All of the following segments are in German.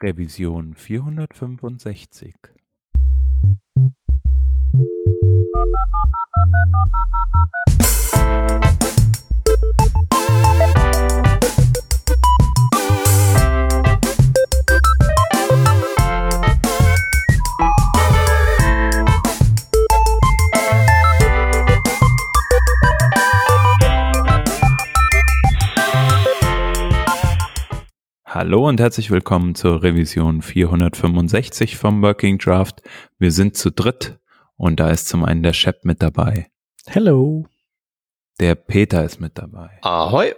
Revision 465. Hallo und herzlich willkommen zur Revision 465 vom Working Draft. Wir sind zu dritt und da ist zum einen der Shep mit dabei. Hello. Der Peter ist mit dabei. Ahoi.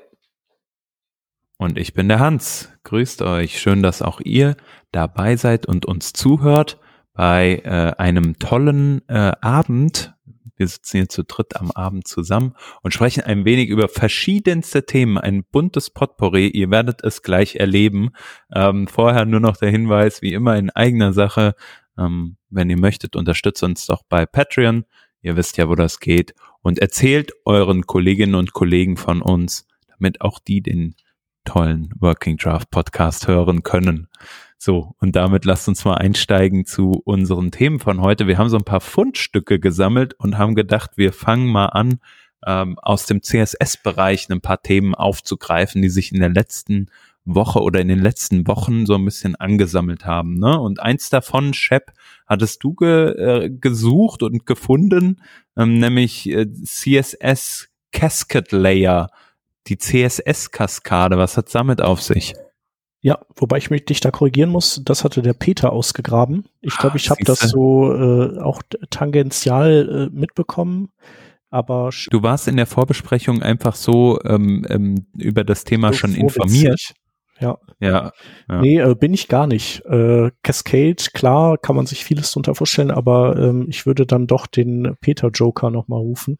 Und ich bin der Hans. Grüßt euch. Schön, dass auch ihr dabei seid und uns zuhört bei einem tollen Abend. Wir sitzen hier zu dritt am Abend zusammen und sprechen ein wenig über verschiedenste Themen, ein buntes Potpourri. Ihr werdet es gleich erleben. Vorher nur noch der Hinweis, wie immer in eigener Sache. Wenn ihr möchtet, unterstützt uns doch bei Patreon. Ihr wisst ja, wo das geht. Und erzählt euren Kolleginnen und Kollegen von uns, damit auch die den tollen Working Draft Podcast hören können. So, und damit lasst uns mal einsteigen zu unseren Themen von heute. Wir haben so ein paar Fundstücke gesammelt und haben gedacht, wir fangen mal an, aus dem CSS-Bereich ein paar Themen aufzugreifen, die sich in der letzten Woche oder in den letzten Wochen so ein bisschen angesammelt haben, ne? Und eins davon, Shep, hattest du gesucht und gefunden, nämlich CSS Cascade Layer, die CSS-Kaskade. Was hat's damit auf sich? Ja, wobei ich dich da korrigieren muss, das hatte der Peter ausgegraben. Ich glaube, ich habe das so auch tangential mitbekommen, aber... Du warst in der Vorbesprechung einfach so über das Thema so schon informiert. Ja. Nee, bin ich gar nicht. Cascade, klar, kann man sich vieles drunter vorstellen, aber ich würde dann doch den Peter-Joker nochmal rufen,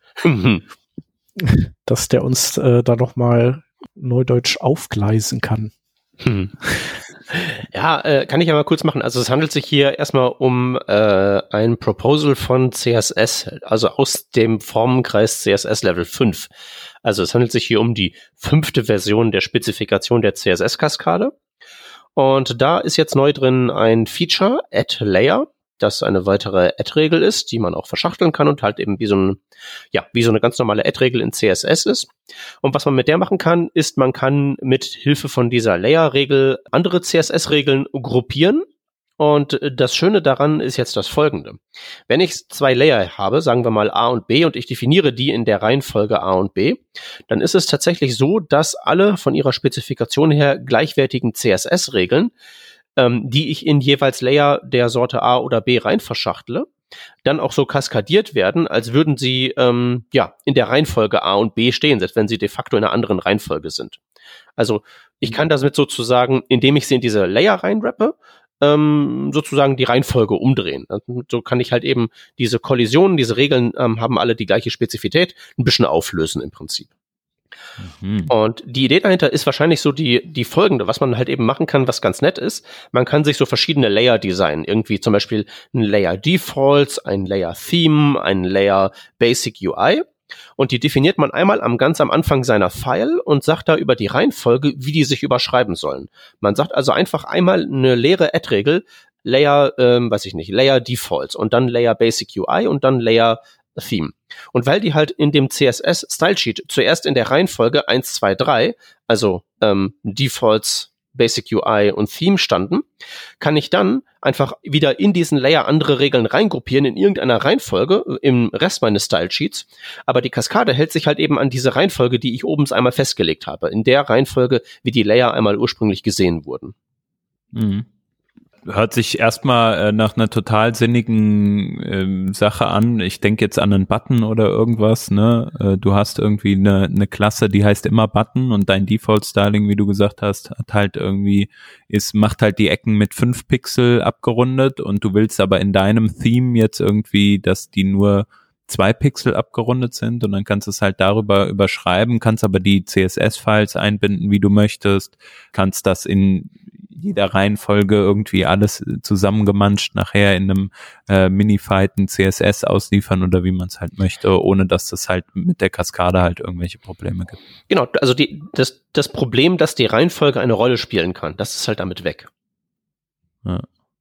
dass der uns da nochmal neudeutsch aufgleisen kann. Ja, kann ich ja mal kurz machen. Also es handelt sich hier erstmal um ein Proposal von CSS, also aus dem Formenkreis CSS Level 5. Also es handelt sich hier um die 5. Version der Spezifikation der CSS-Kaskade. Und da ist jetzt neu drin ein Feature, Add Layer, das eine weitere Add-Regel ist, die man auch verschachteln kann und halt eben wie so eine ganz normale Add-Regel in CSS ist. Und was man mit der machen kann, ist, man kann mit Hilfe von dieser Layer-Regel andere CSS-Regeln gruppieren. Und das Schöne daran ist jetzt das Folgende. Wenn ich 2 Layer habe, sagen wir mal A und B, und ich definiere die in der Reihenfolge A und B, dann ist es tatsächlich so, dass alle von ihrer Spezifikation her gleichwertigen CSS-Regeln, die ich in jeweils Layer der Sorte A oder B rein verschachtle, dann auch so kaskadiert werden, als würden sie in der Reihenfolge A und B stehen, selbst wenn sie de facto in einer anderen Reihenfolge sind. Also ich kann damit sozusagen, indem ich sie in diese Layer reinrappe, sozusagen die Reihenfolge umdrehen. So kann ich halt eben diese Kollisionen, diese Regeln haben alle die gleiche Spezifität, ein bisschen auflösen im Prinzip. Und die Idee dahinter ist wahrscheinlich so die folgende, was man halt eben machen kann, was ganz nett ist. Man kann sich so verschiedene Layer designen, irgendwie zum Beispiel ein Layer Defaults, ein Layer Theme, ein Layer Basic UI. Und die definiert man einmal ganz am Anfang seiner File und sagt da über die Reihenfolge, wie die sich überschreiben sollen. Man sagt also einfach einmal eine leere Add-Regel, Layer, Layer Defaults und dann Layer Basic UI und dann Layer Theme. Und weil die halt in dem CSS Style Sheet zuerst in der Reihenfolge 1, 2, 3, also Defaults, Basic UI und Theme standen, kann ich dann einfach wieder in diesen Layer andere Regeln reingruppieren in irgendeiner Reihenfolge im Rest meines Style Sheets. Aber die Kaskade hält sich halt eben an diese Reihenfolge, die ich oben einmal festgelegt habe, in der Reihenfolge, wie die Layer einmal ursprünglich gesehen wurden. Mhm. Hört sich erstmal nach einer total sinnigen Sache an. Ich denke jetzt an einen Button oder irgendwas, ne? Du hast irgendwie eine Klasse, die heißt immer Button und dein Default-Styling, wie du gesagt hast, hat halt irgendwie, macht halt die Ecken mit 5 Pixel abgerundet und du willst aber in deinem Theme jetzt irgendwie, dass die nur 2 Pixel abgerundet sind und dann kannst du es halt darüber überschreiben, kannst aber die CSS-Files einbinden, wie du möchtest, kannst das in jeder Reihenfolge irgendwie alles zusammengemanscht nachher in einem Minified CSS ausliefern oder wie man es halt möchte, ohne dass das halt mit der Kaskade halt irgendwelche Probleme gibt. Genau, also das Problem, dass die Reihenfolge eine Rolle spielen kann, das ist halt damit weg. Ja.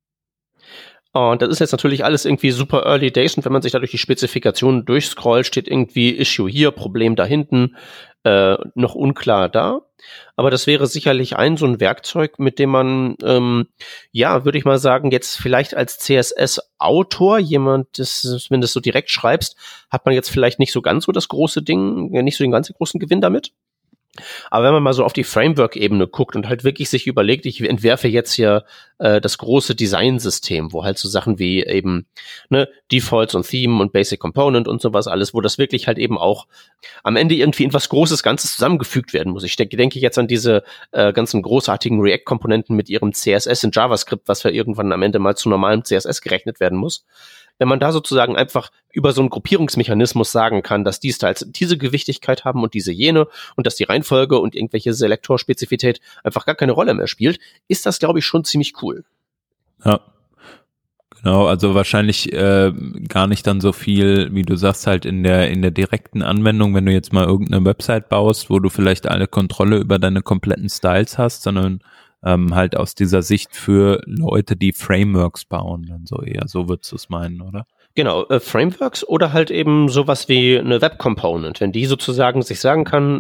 Und das ist jetzt natürlich alles irgendwie super early days und wenn man sich da durch die Spezifikationen durchscrollt, steht irgendwie Issue hier, Problem da hinten, noch unklar da. Aber das wäre sicherlich so ein Werkzeug, mit dem man, würde ich mal sagen, jetzt vielleicht als CSS-Autor, jemand, wenn du es so direkt schreibst, hat man jetzt vielleicht nicht so ganz so das große Ding, nicht so den ganz großen Gewinn damit. Aber wenn man mal so auf die Framework-Ebene guckt und halt wirklich sich überlegt, ich entwerfe jetzt hier das große Designsystem, wo halt so Sachen wie eben Defaults und Theme und Basic Component und sowas alles, wo das wirklich halt eben auch am Ende irgendwie in was Großes Ganzes zusammengefügt werden muss. Ich denke jetzt an diese ganzen großartigen React-Komponenten mit ihrem CSS in JavaScript, was ja irgendwann am Ende mal zu normalem CSS gerechnet werden muss. Wenn man da sozusagen einfach über so einen Gruppierungsmechanismus sagen kann, dass die Styles diese Gewichtigkeit haben und diese jene und dass die Reihenfolge und irgendwelche Selektorspezifität einfach gar keine Rolle mehr spielt, ist das, glaube ich, schon ziemlich cool. Ja, genau, also wahrscheinlich gar nicht dann so viel, wie du sagst, halt in der direkten Anwendung, wenn du jetzt mal irgendeine Website baust, wo du vielleicht alle Kontrolle über deine kompletten Styles hast, sondern halt aus dieser Sicht für Leute, die Frameworks bauen, dann so eher, so würdest du es meinen, oder? Genau, Frameworks oder halt eben sowas wie eine Web Component, wenn die sozusagen sich sagen kann,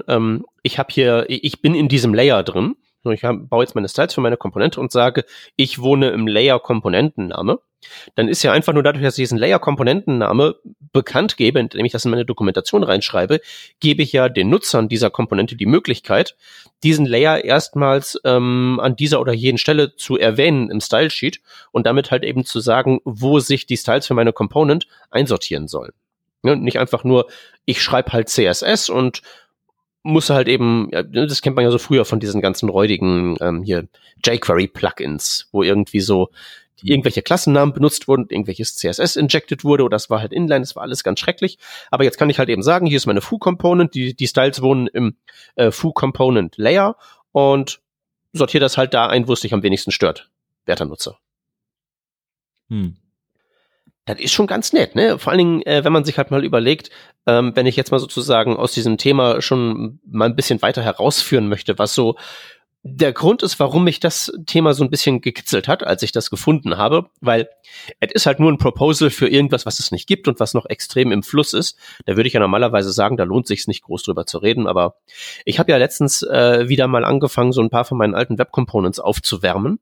ich bin in diesem Layer drin, ich baue jetzt meine Styles für meine Komponente und sage, ich wohne im Layer-Komponentenname, dann ist ja einfach nur dadurch, dass ich diesen Layer-Komponentenname bekannt gebe, indem ich das in meine Dokumentation reinschreibe, gebe ich ja den Nutzern dieser Komponente die Möglichkeit, diesen Layer erstmals an dieser oder jeden Stelle zu erwähnen im Stylesheet und damit halt eben zu sagen, wo sich die Styles für meine Component einsortieren sollen. Ja, nicht einfach nur, ich schreibe halt CSS und muss halt eben, ja, das kennt man ja so früher von diesen ganzen räudigen jQuery-Plugins, wo irgendwie so irgendwelche Klassennamen benutzt wurden, irgendwelches CSS injected wurde oder das war halt Inline, das war alles ganz schrecklich. Aber jetzt kann ich halt eben sagen, hier ist meine Foo-Component, die Styles wohnen im Foo-Component-Layer und sortiere das halt da ein, wo es dich am wenigsten stört, werter Nutzer. Das ist schon ganz nett, ne? Vor allen Dingen, wenn man sich halt mal überlegt, wenn ich jetzt mal sozusagen aus diesem Thema schon mal ein bisschen weiter herausführen möchte, was so der Grund ist, warum mich das Thema so ein bisschen gekitzelt hat, als ich das gefunden habe, weil es ist halt nur ein Proposal für irgendwas, was es nicht gibt und was noch extrem im Fluss ist. Da würde ich ja normalerweise sagen, da lohnt sich's nicht groß drüber zu reden, aber ich habe ja letztens wieder mal angefangen, so ein paar von meinen alten Web-Components aufzuwärmen,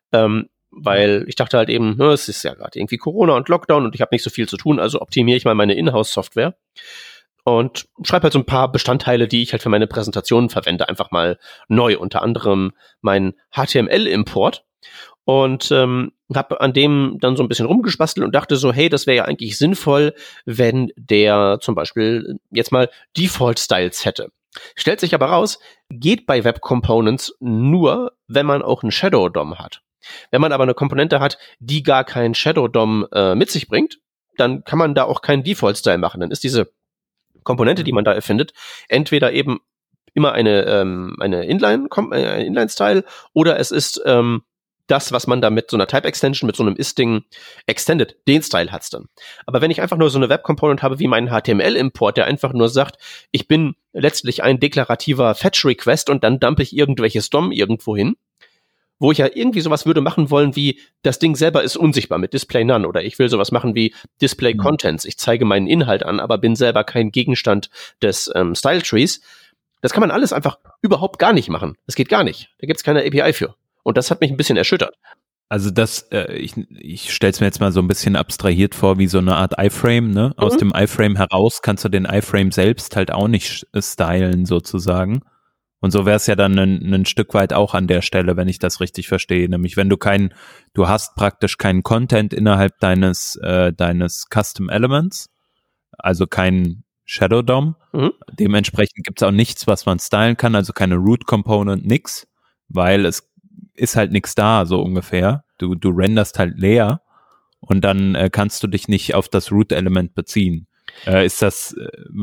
weil ich dachte halt eben, es ist ja gerade irgendwie Corona und Lockdown und ich habe nicht so viel zu tun, also optimiere ich mal meine Inhouse-Software. Und schreibe halt so ein paar Bestandteile, die ich halt für meine Präsentationen verwende, einfach mal neu, unter anderem meinen HTML-Import und habe an dem dann so ein bisschen rumgespastelt und dachte so, hey, das wäre ja eigentlich sinnvoll, wenn der zum Beispiel jetzt mal Default-Styles hätte. Stellt sich aber raus, geht bei Web Components nur, wenn man auch einen Shadow DOM hat. Wenn man aber eine Komponente hat, die gar keinen Shadow DOM mit sich bringt, dann kann man da auch keinen Default-Style machen. Dann ist diese Komponente, die man da erfindet, entweder eben immer eine Inline-Style oder es ist das, was man da mit so einer Type-Extension, mit so einem Is-Ding extended, den Style hat's dann. Aber wenn ich einfach nur so eine Web-Component habe wie meinen HTML-Import, der einfach nur sagt, ich bin letztlich ein deklarativer Fetch-Request und dann dumpe ich irgendwelches DOM irgendwo hin, wo ich ja irgendwie sowas würde machen wollen wie, das Ding selber ist unsichtbar mit Display None oder ich will sowas machen wie Display Contents. Ich zeige meinen Inhalt an, aber bin selber kein Gegenstand des Style Trees. Das kann man alles einfach überhaupt gar nicht machen. Das geht gar nicht. Da gibt's keine API für. Und das hat mich ein bisschen erschüttert. Also das, ich stelle es mir jetzt mal so ein bisschen abstrahiert vor, wie so eine Art iFrame, ne? Aus dem iFrame heraus kannst du den iFrame selbst halt auch nicht stylen sozusagen. Und so wäre es ja dann ein Stück weit auch an der Stelle, wenn ich das richtig verstehe. Nämlich, wenn du hast praktisch keinen Content innerhalb deines Custom Elements, also kein Shadow DOM. Dementsprechend gibt's auch nichts, was man stylen kann, also keine Root Component, nix, weil es ist halt nichts da, so ungefähr. Du renderst halt leer und dann kannst du dich nicht auf das Root Element beziehen. Ist das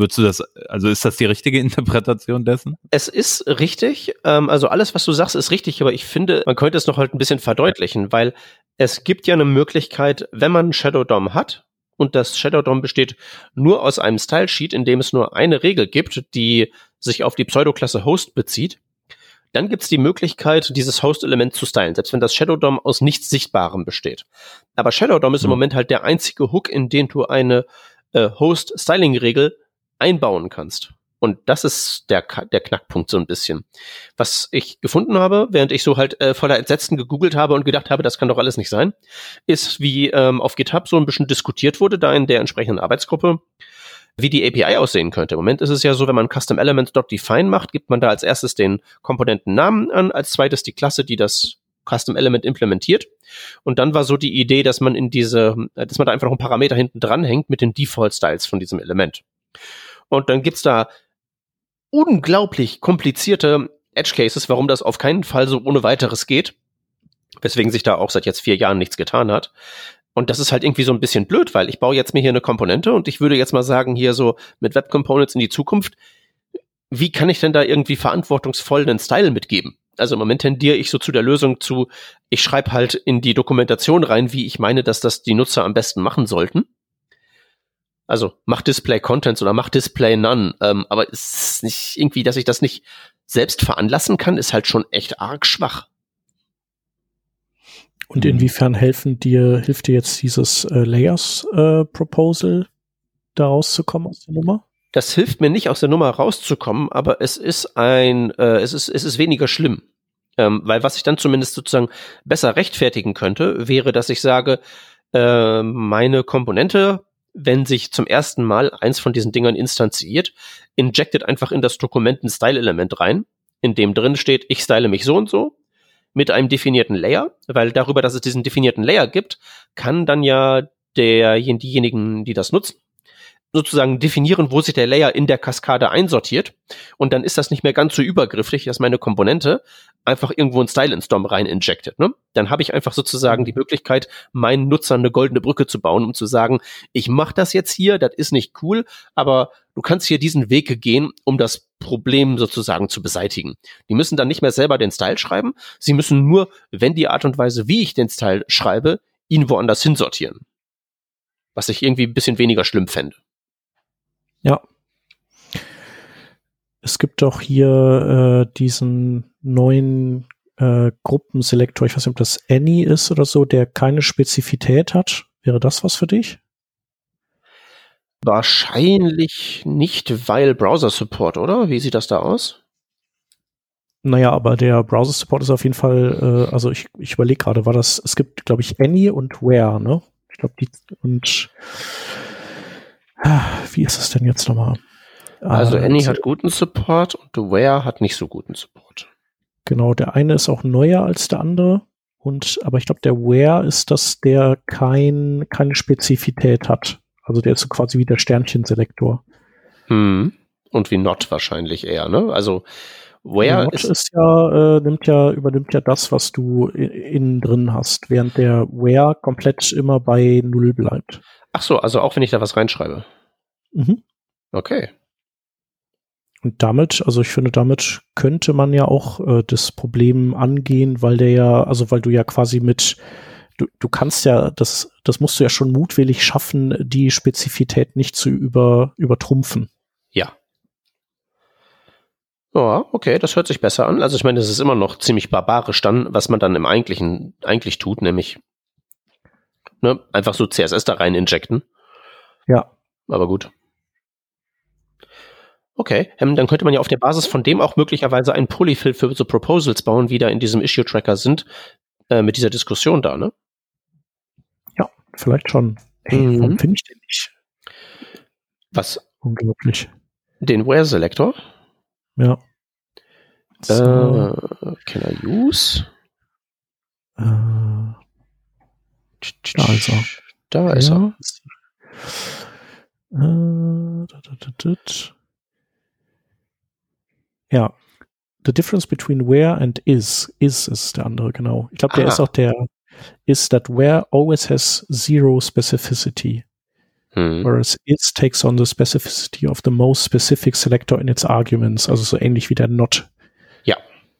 die richtige Interpretation dessen? Es ist richtig, also alles, was du sagst, ist richtig, aber ich finde, man könnte es noch halt ein bisschen verdeutlichen, weil es gibt ja eine Möglichkeit, wenn man Shadow DOM hat und das Shadow DOM besteht nur aus einem Style Sheet, in dem es nur eine Regel gibt, die sich auf die Pseudoklasse Host bezieht, dann gibt's die Möglichkeit, dieses Host-Element zu stylen, selbst wenn das Shadow DOM aus nichts Sichtbarem besteht. Aber Shadow DOM ist im Moment halt der einzige Hook, in den du eine Host-Styling-Regel einbauen kannst. Und das ist der Knackpunkt so ein bisschen. Was ich gefunden habe, während ich so halt voller Entsetzen gegoogelt habe und gedacht habe, das kann doch alles nicht sein, ist, wie auf GitHub so ein bisschen diskutiert wurde, da in der entsprechenden Arbeitsgruppe, wie die API aussehen könnte. Im Moment ist es ja so, wenn man Custom-Elements.define macht, gibt man da als erstes den Komponentennamen an, als zweites die Klasse, die das Custom-Element implementiert. Und dann war so die Idee, dass man dass man da einfach noch einen Parameter hinten dranhängt mit den Default-Styles von diesem Element. Und dann gibt's da unglaublich komplizierte Edge-Cases, warum das auf keinen Fall so ohne weiteres geht, weswegen sich da auch seit jetzt 4 Jahren nichts getan hat. Und das ist halt irgendwie so ein bisschen blöd, weil ich baue jetzt mir hier eine Komponente und ich würde jetzt mal sagen, hier so mit Web Components in die Zukunft, wie kann ich denn da irgendwie verantwortungsvoll einen Style mitgeben? Also im Moment tendiere ich so zu der Lösung ich schreibe halt in die Dokumentation rein, wie ich meine, dass das die Nutzer am besten machen sollten. Also mach Display Contents oder mach Display None. Aber es ist nicht irgendwie, dass ich das nicht selbst veranlassen kann, ist halt schon echt arg schwach. Und inwiefern hilft dir jetzt dieses Layers-Proposal, da rauszukommen aus der Nummer? Das hilft mir nicht, aus der Nummer rauszukommen, aber es ist es ist weniger schlimm. Weil was ich dann zumindest sozusagen besser rechtfertigen könnte, wäre, dass ich sage, meine Komponente, wenn sich zum ersten Mal eins von diesen Dingern instanziert, injectet einfach in das Dokument ein Style-Element rein, in dem drin steht, ich style mich so und so, mit einem definierten Layer, weil darüber, dass es diesen definierten Layer gibt, kann dann ja diejenigen, die das nutzen, sozusagen definieren, wo sich der Layer in der Kaskade einsortiert. Und dann ist das nicht mehr ganz so übergriffig, dass meine Komponente einfach irgendwo ein Style ins DOM rein injected. Ne? Dann habe ich einfach sozusagen die Möglichkeit, meinen Nutzern eine goldene Brücke zu bauen, um zu sagen, ich mache das jetzt hier, das ist nicht cool, aber du kannst hier diesen Weg gehen, um das Problem sozusagen zu beseitigen. Die müssen dann nicht mehr selber den Style schreiben, sie müssen nur, wenn die Art und Weise, wie ich den Style schreibe, ihn woanders hinsortieren. Was ich irgendwie ein bisschen weniger schlimm fände. Ja. Es gibt doch hier diesen neuen Gruppenselektor, ich weiß nicht, ob das Any ist oder so, der keine Spezifität hat. Wäre das was für dich? Wahrscheinlich nicht, weil Browser-Support, oder? Wie sieht das da aus? Naja, aber der Browser-Support ist auf jeden Fall, also ich überlege gerade, es gibt, glaube ich, Any und Where, ne? Ich glaube, wie ist es denn jetzt nochmal? Also Any hat guten Support und Where hat nicht so guten Support. Genau, der eine ist auch neuer als der andere. Aber ich glaube, der Where ist das, der keine Spezifität hat. Also der ist so quasi wie der Sternchenselektor. Und wie Not wahrscheinlich eher, ne? Also Where Not übernimmt ja das, was du innen drin hast, während der Where komplett immer bei 0 bleibt. Ach so, also auch wenn ich da was reinschreibe. Mhm. Okay. Und ich finde, damit könnte man ja auch das Problem angehen, weil weil du ja quasi du kannst ja, das musst du ja schon mutwillig schaffen, die Spezifität nicht zu übertrumpfen. Ja. Ja, okay, das hört sich besser an. Also ich meine, das ist immer noch ziemlich barbarisch dann, was man dann im eigentlich tut, nämlich einfach so CSS da rein injecten. Ja. Aber gut. Okay, dann könnte man ja auf der Basis von dem auch möglicherweise einen Polyfill für so Proposals bauen, wie da in diesem Issue-Tracker sind, mit dieser Diskussion da, ne? Ja, vielleicht schon. Ey, warum finde ich den nicht? Was? Unglaublich. Den Where-Selector? Ja. So. Can I use? Da ist er. Da ist er. Ja. The difference between where and is ist der andere, genau. Ich glaube, der ist auch is that where always has zero specificity. Whereas is takes on the specificity of the most specific selector in its arguments. Also so ähnlich wie der not. Ja.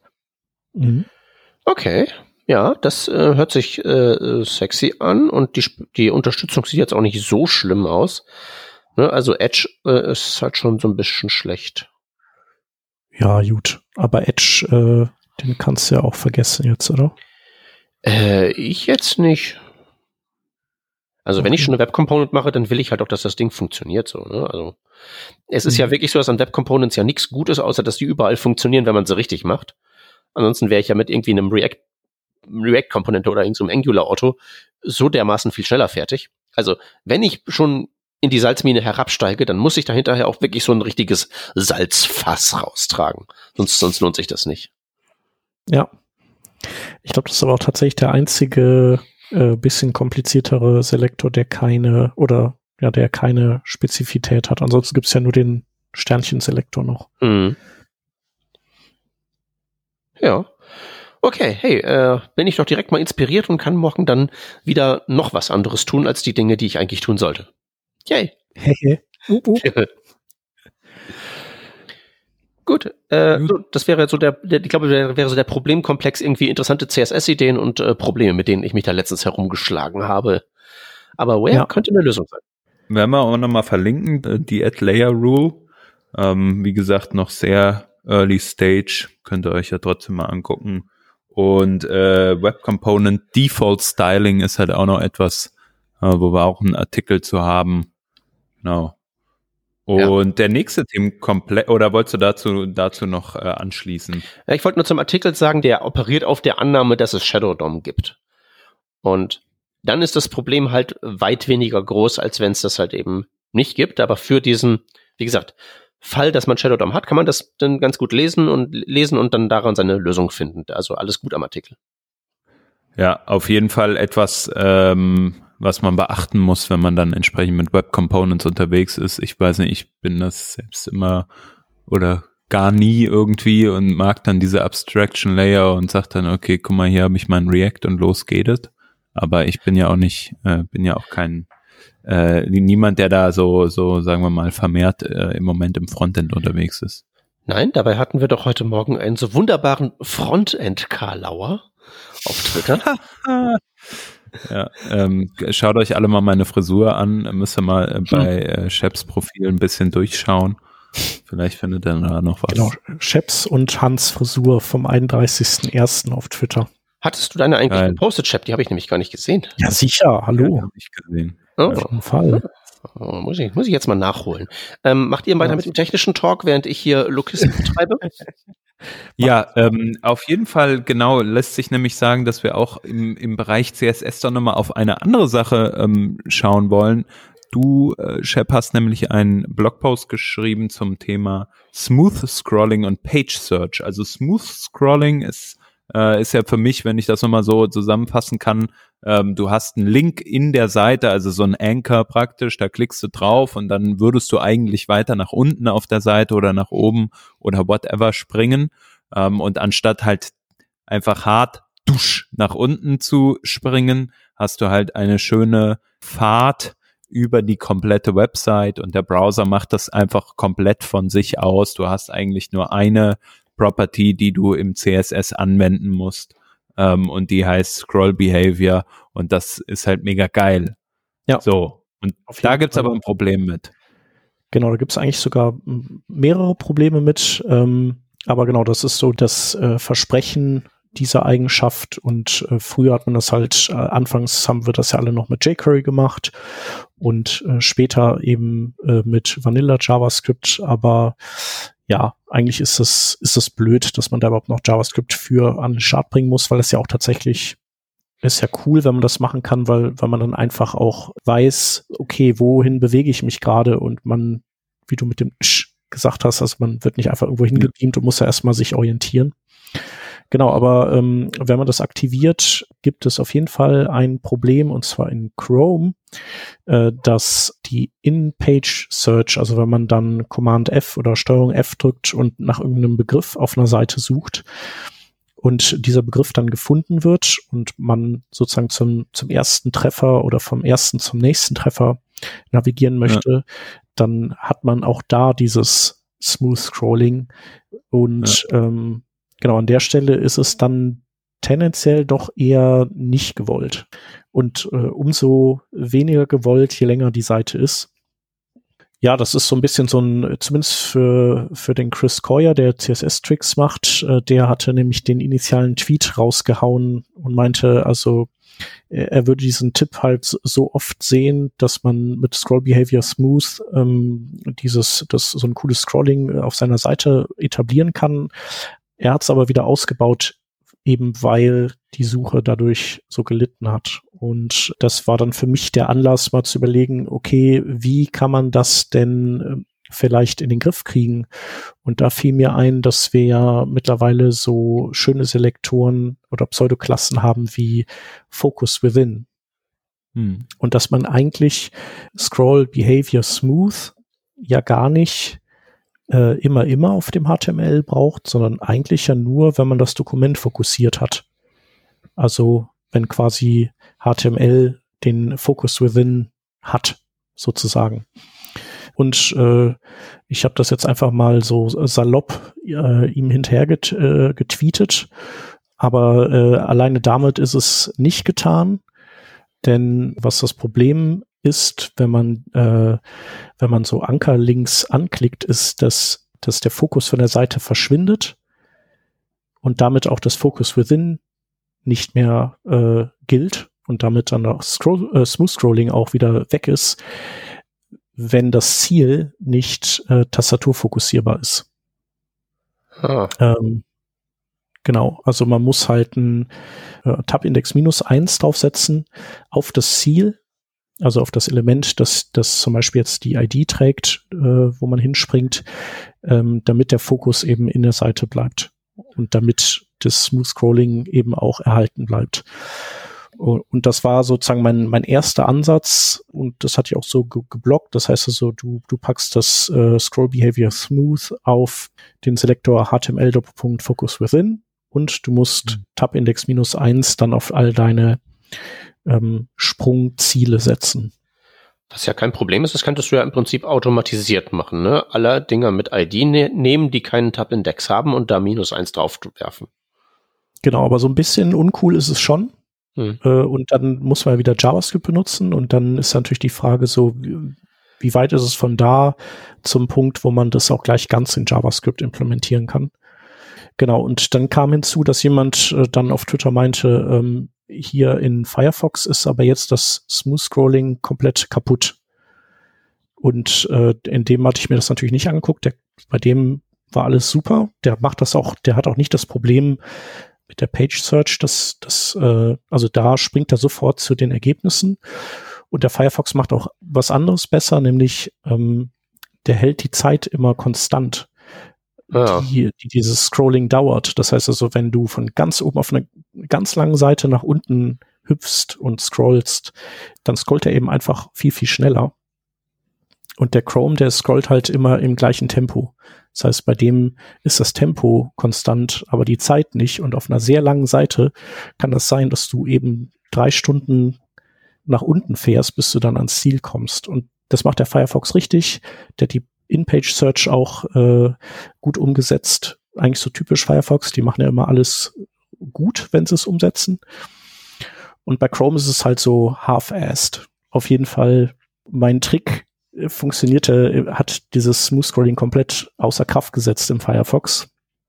Okay. Ja, das hört sich sexy an und die Unterstützung sieht jetzt auch nicht so schlimm aus. Ne? Also Edge ist halt schon so ein bisschen schlecht. Ja, gut. Aber Edge Den kannst du ja auch vergessen jetzt, oder? Ich jetzt nicht. Also wenn ich schon eine Web Component mache, dann will ich halt auch, dass das Ding funktioniert so. Ne? Also es ist ja wirklich so, dass an Web Components ja nichts Gutes, außer dass die überall funktionieren, wenn man sie richtig macht. Ansonsten wäre ich ja mit irgendwie einem React-Komponente oder irgendeinem Angular-Auto so dermaßen viel schneller fertig. Also wenn ich schon in die Salzmine herabsteige, dann muss ich da hinterher auch wirklich so ein richtiges Salzfass raustragen. Sonst lohnt sich das nicht. Ja. Ich glaube, das ist aber auch tatsächlich der einzige bisschen kompliziertere Selektor, der keine Spezifität hat. Ansonsten gibt es ja nur den Sternchen-Selektor noch. Mhm. Ja. Okay, hey, bin ich doch direkt mal inspiriert und kann morgen dann wieder noch was anderes tun, als die Dinge, die ich eigentlich tun sollte. Yay. Gut, so, das wäre so ich glaube, wäre so der Problemkomplex, irgendwie interessante CSS-Ideen und Probleme, mit denen ich mich da letztens herumgeschlagen habe. Aber Where könnte eine Lösung sein. Werden wir auch nochmal verlinken, die Add-Layer-Rule. Wie gesagt, noch sehr early stage, könnt ihr euch ja trotzdem mal angucken. Und Web Component Default Styling ist halt auch noch etwas, wo wir auch einen Artikel zu haben. Genau. Und der nächste Themenkomplex, oder wolltest du dazu noch anschließen? Ja, ich wollte nur zum Artikel sagen, der operiert auf der Annahme, dass es Shadow DOM gibt. Und dann ist das Problem halt weit weniger groß, als wenn es das halt eben nicht gibt. Aber für diesen, wie gesagt, Fall, dass man Shadow DOM hat, kann man das dann ganz gut lesen und dann daran seine Lösung finden. Also alles gut am Artikel. Ja, auf jeden Fall etwas, was man beachten muss, wenn man dann entsprechend mit Web Components unterwegs ist. Ich weiß nicht, ich bin das selbst immer oder gar nie irgendwie und mag dann diese Abstraction Layer und sag dann, okay, guck mal, hier habe ich meinen React und los geht es. Aber ich bin ja auch nicht, kein niemand, der da so sagen wir mal vermehrt im Moment im Frontend unterwegs ist. Nein, dabei hatten wir doch heute Morgen einen so wunderbaren Frontend-Karlauer auf Twitter. Ja, schaut euch alle mal meine Frisur an, müsst ihr mal bei Sheps Profil ein bisschen durchschauen. Vielleicht findet ihr da noch was. Genau, Sheps und Hans Frisur vom 31.01. auf Twitter. Hattest du deine eigentlich gepostet, Shep? Die habe ich nämlich gar nicht gesehen. Ja, sicher, hallo. Ja, habe ich gesehen. Auf jeden Fall. Oh, muss ich jetzt mal nachholen. Macht ihr weiter mit dem technischen Talk, während ich hier Logistik betreibe? Ja, auf jeden Fall, genau, lässt sich nämlich sagen, dass wir auch im Bereich CSS dann nochmal auf eine andere Sache schauen wollen. Du, Shep, hast nämlich einen Blogpost geschrieben zum Thema Smooth Scrolling und Page Search. Also Smooth Scrolling ist ja für mich, wenn ich das nochmal so zusammenfassen kann, du hast einen Link in der Seite, also so ein Anchor praktisch, da klickst du drauf und dann würdest du eigentlich weiter nach unten auf der Seite oder nach oben oder whatever springen und anstatt halt einfach hart nach unten zu springen, hast du halt eine schöne Fahrt über die komplette Website und der Browser macht das einfach komplett von sich aus. Du hast eigentlich nur eine Property, die du im CSS anwenden musst und die heißt Scroll Behavior und das ist halt mega geil. Ja. So, und da gibt's aber ein Problem mit. Genau, da gibt's eigentlich sogar mehrere Probleme mit, aber genau, das ist so das Versprechen dieser Eigenschaft und früher hat man das halt, anfangs haben wir das ja alle noch mit jQuery gemacht und später eben mit Vanilla JavaScript, aber ja, eigentlich ist es blöd, dass man da überhaupt noch JavaScript für an den Start bringen muss, weil es ja auch tatsächlich ist ja cool, wenn man das machen kann, weil man dann einfach auch weiß, okay, wohin bewege ich mich gerade und man, wie du mit dem gesagt hast, also man wird nicht einfach irgendwo hingebeamt und muss ja erstmal sich orientieren. Genau, aber wenn man das aktiviert, gibt es auf jeden Fall ein Problem, und zwar in Chrome, dass die In-Page-Search, also wenn man dann Command F oder Steuerung F drückt und nach irgendeinem Begriff auf einer Seite sucht und dieser Begriff dann gefunden wird und man sozusagen zum ersten Treffer oder vom ersten zum nächsten Treffer navigieren möchte, dann hat man auch da dieses Smooth Scrolling und genau, an der Stelle ist es dann tendenziell doch eher nicht gewollt. Und umso weniger gewollt, je länger die Seite ist. Ja, das ist so ein bisschen so ein, zumindest für den Chris Coyier, der CSS-Tricks macht, der hatte nämlich den initialen Tweet rausgehauen und meinte, also er würde diesen Tipp halt so oft sehen, dass man mit Scroll Behavior Smooth so ein cooles Scrolling auf seiner Seite etablieren kann. Er hat es aber wieder ausgebaut, eben weil die Suche dadurch so gelitten hat. Und das war dann für mich der Anlass, mal zu überlegen, okay, wie kann man das denn vielleicht in den Griff kriegen? Und da fiel mir ein, dass wir ja mittlerweile so schöne Selektoren oder Pseudoklassen haben wie Focus Within. Und dass man eigentlich Scroll Behavior Smooth ja gar nicht immer auf dem HTML braucht, sondern eigentlich ja nur, wenn man das Dokument fokussiert hat. Also wenn quasi HTML den Focus Within hat, sozusagen. Und ich habe das jetzt einfach mal so salopp ihm hinterher getweetet, aber alleine damit ist es nicht getan, denn was das Problem ist, wenn man so Ankerlinks anklickt, ist, dass der Fokus von der Seite verschwindet und damit auch das Focus Within nicht mehr gilt und damit dann auch Smooth Scrolling auch wieder weg ist, wenn das Ziel nicht tastaturfokussierbar ist. Genau, also man muss halt ein Tab-Index -1 draufsetzen auf das Ziel, also auf das Element, das zum Beispiel jetzt die ID trägt, wo man hinspringt, damit der Fokus eben in der Seite bleibt und damit das Smooth Scrolling eben auch erhalten bleibt. Und das war sozusagen mein erster Ansatz und das hatte ich auch so geblockt. Das heißt also, du packst das Scroll Behavior Smooth auf den Selektor HTML::Focus Within und du musst Tab-Index -1 dann auf all deine Sprungziele setzen. Was ja kein Problem ist, das könntest du ja im Prinzip automatisiert machen, ne? Alle Dinger mit ID nehmen, die keinen Tab-Index haben und da -1 drauf werfen. Genau, aber so ein bisschen uncool ist es schon. Und dann muss man wieder JavaScript benutzen und dann ist natürlich die Frage so, wie weit ist es von da zum Punkt, wo man das auch gleich ganz in JavaScript implementieren kann. Genau, und dann kam hinzu, dass jemand dann auf Twitter meinte, hier in Firefox ist aber jetzt das Smooth Scrolling komplett kaputt. Und in dem hatte ich mir das natürlich nicht angeguckt. Bei dem war alles super. Der macht das auch, der hat auch nicht das Problem mit der Page Search, also da springt er sofort zu den Ergebnissen. Und der Firefox macht auch was anderes besser, nämlich der hält die Zeit immer konstant, die dieses Scrolling dauert. Das heißt also, wenn du von ganz oben auf einer ganz langen Seite nach unten hüpfst und scrollst, dann scrollt er eben einfach viel, viel schneller. Und der Chrome, der scrollt halt immer im gleichen Tempo. Das heißt, bei dem ist das Tempo konstant, aber die Zeit nicht. Und auf einer sehr langen Seite kann das sein, dass du eben 3 Stunden nach unten fährst, bis du dann ans Ziel kommst. Und das macht der Firefox richtig. Der hat die In-Page-Search auch gut umgesetzt. Eigentlich so typisch Firefox. Die machen ja immer alles gut, wenn sie es umsetzen. Und bei Chrome ist es halt so half-assed. Auf jeden Fall mein Trick hat dieses Smooth Scrolling komplett außer Kraft gesetzt im Firefox,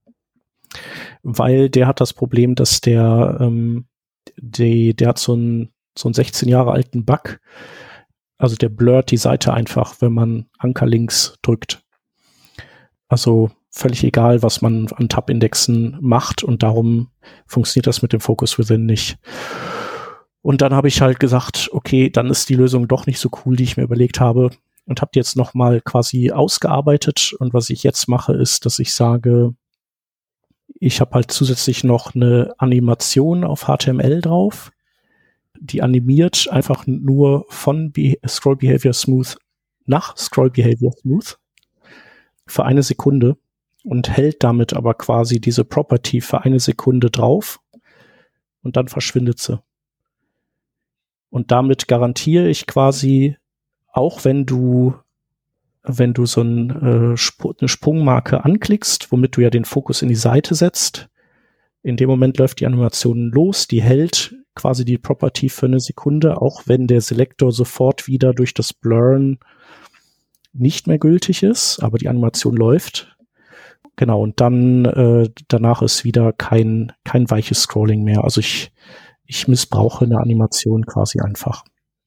weil der hat das Problem, dass der hat so einen 16 Jahre alten Bug, also der blurrt die Seite einfach, wenn man Ankerlinks drückt. Also völlig egal, was man an Tab-Indexen macht und darum funktioniert das mit dem Focus Within nicht. Und dann habe ich halt gesagt, okay, dann ist die Lösung doch nicht so cool, die ich mir überlegt habe. Und habe die jetzt nochmal quasi ausgearbeitet. Und was ich jetzt mache, ist, dass ich sage, ich habe halt zusätzlich noch eine Animation auf HTML drauf. Die animiert einfach nur von Scroll Behavior Smooth nach Scroll Behavior Smooth für 1 Sekunde und hält damit aber quasi diese Property für 1 Sekunde drauf und dann verschwindet sie. Und damit garantiere ich quasi, auch wenn du so eine Sprungmarke anklickst, womit du ja den Fokus in die Seite setzt, in dem Moment läuft die Animation los, die hält quasi die Property für 1 Sekunde, auch wenn der Selektor sofort wieder durch das Blurren nicht mehr gültig ist, aber die Animation läuft. Genau, und dann danach ist wieder kein weiches Scrolling mehr. Also ich missbrauche eine Animation quasi einfach.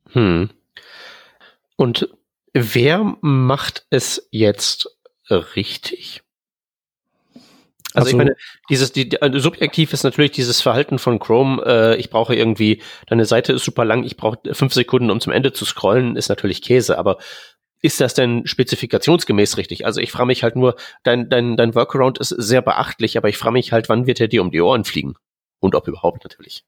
Und wer macht es jetzt richtig? Also ich meine, subjektiv ist natürlich dieses Verhalten von Chrome, ich brauche irgendwie, deine Seite ist super lang, ich brauche 5 Sekunden, um zum Ende zu scrollen, ist natürlich Käse, aber ist das denn spezifikationsgemäß richtig? Also ich frage mich halt nur, dein Workaround ist sehr beachtlich, aber ich frage mich halt, wann wird er dir um die Ohren fliegen? Und ob überhaupt natürlich.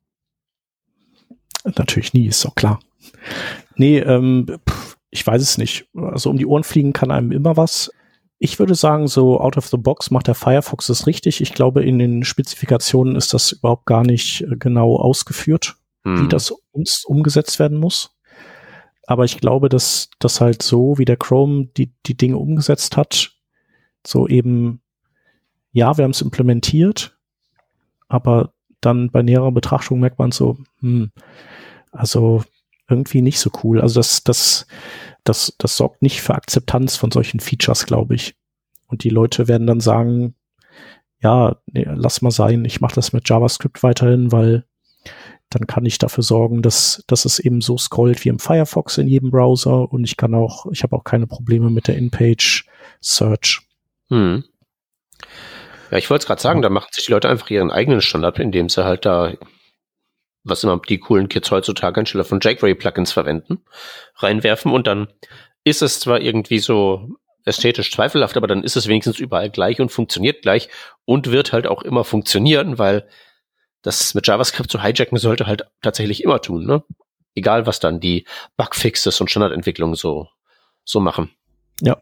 Natürlich nie, ist doch klar. Nee, ich weiß es nicht. Also um die Ohren fliegen kann einem immer was. Ich würde sagen, so out of the box macht der Firefox das richtig. Ich glaube, in den Spezifikationen ist das überhaupt gar nicht genau ausgeführt, wie das umgesetzt werden muss. Aber ich glaube, dass das halt so, wie der Chrome die Dinge umgesetzt hat, so eben, ja, wir haben es implementiert, aber dann bei näherer Betrachtung merkt man so, also irgendwie nicht so cool. Also das sorgt nicht für Akzeptanz von solchen Features, glaube ich. Und die Leute werden dann sagen, ja, nee, lass mal sein, ich mache das mit JavaScript weiterhin, weil dann kann ich dafür sorgen, dass es eben so scrollt wie im Firefox in jedem Browser und ich habe auch keine Probleme mit der In-Page Search. Ja, ich wollte es gerade sagen, da machen sich die Leute einfach ihren eigenen Standard, indem sie halt da, was immer die coolen Kids heutzutage anstelle von jQuery-Plugins verwenden, reinwerfen und dann ist es zwar irgendwie so ästhetisch zweifelhaft, aber dann ist es wenigstens überall gleich und funktioniert gleich und wird halt auch immer funktionieren, weil das mit JavaScript zu hijacken sollte halt tatsächlich immer tun, ne? Egal, was dann die Bugfixes und Standardentwicklungen so machen. Ja.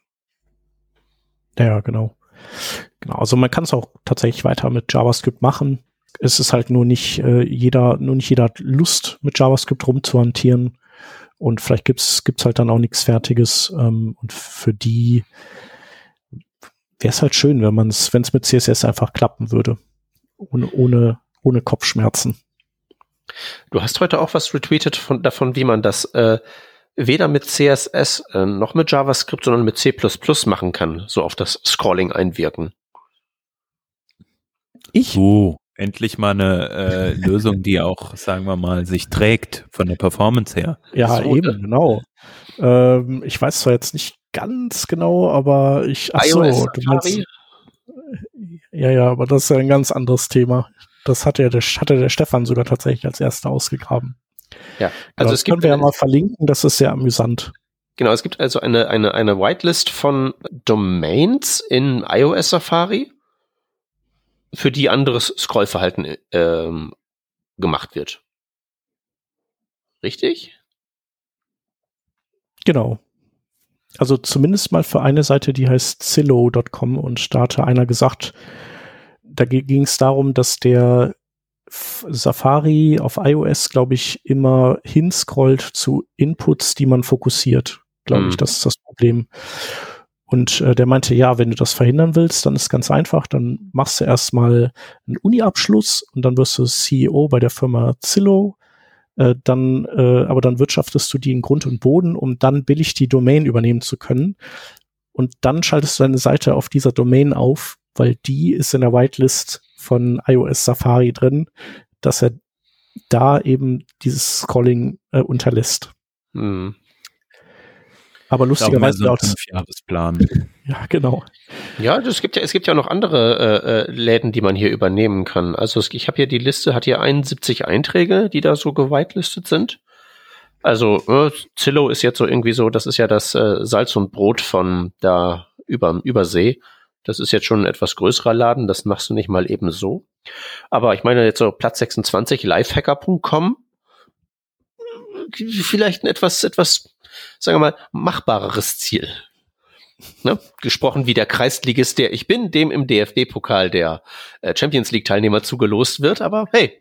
Ja, genau. Genau, also man kann es auch tatsächlich weiter mit JavaScript machen. Es ist halt nur nicht jeder hat Lust, mit JavaScript rumzuhantieren. Und vielleicht gibt's halt dann auch nichts Fertiges. Und für die wäre es halt schön, wenn es mit CSS einfach klappen würde. Ohne Kopfschmerzen. Du hast heute auch was retweetet davon, wie man das weder mit CSS noch mit JavaScript, sondern mit C++ machen kann, so auf das Scrolling einwirken. Endlich mal eine Lösung, die auch, sagen wir mal, sich trägt von der Performance her. Ja, so, eben, genau. Ich weiß zwar jetzt nicht ganz genau, aber du meinst, ja, aber das ist ja ein ganz anderes Thema. Das hatte der Stefan sogar tatsächlich als erster ausgegraben. Ja, also das können wir ja mal verlinken, das ist sehr amüsant. Genau, es gibt also eine Whitelist von Domains in iOS Safari, für die anderes Scrollverhalten gemacht wird. Richtig? Genau. Also zumindest mal für eine Seite, die heißt Zillow.com und da hatte einer gesagt, da ging es darum, dass der Safari auf iOS, glaube ich, immer hinscrollt zu Inputs, die man fokussiert. Glaube ich, das ist das Problem. Und der meinte, ja, wenn du das verhindern willst, dann ist ganz einfach, dann machst du erstmal einen Uni-Abschluss und dann wirst du CEO bei der Firma Zillow, aber dann wirtschaftest du die in Grund und Boden, um dann billig die Domain übernehmen zu können. Und dann schaltest du deine Seite auf dieser Domain auf, weil die ist in der Whitelist von iOS Safari drin, dass er da eben dieses Scrolling unterlässt. Aber lustigerweise auch 5-Jahresplan. Ja, genau. Ja, es gibt ja noch andere Läden, die man hier übernehmen kann. Also ich habe hier die Liste, hat hier 71 Einträge, die da so gewitelistet sind. Also Zillow ist jetzt so irgendwie so, das ist ja das Salz und Brot von da Übersee. Das ist jetzt schon ein etwas größerer Laden, das machst du nicht mal eben so. Aber ich meine jetzt so Platz 26, lifehacker.com, vielleicht ein etwas, sagen wir mal, machbareres Ziel. Ne? Gesprochen wie der Kreisligist, der ich bin, dem im DFB-Pokal der Champions League-Teilnehmer zugelost wird, aber hey.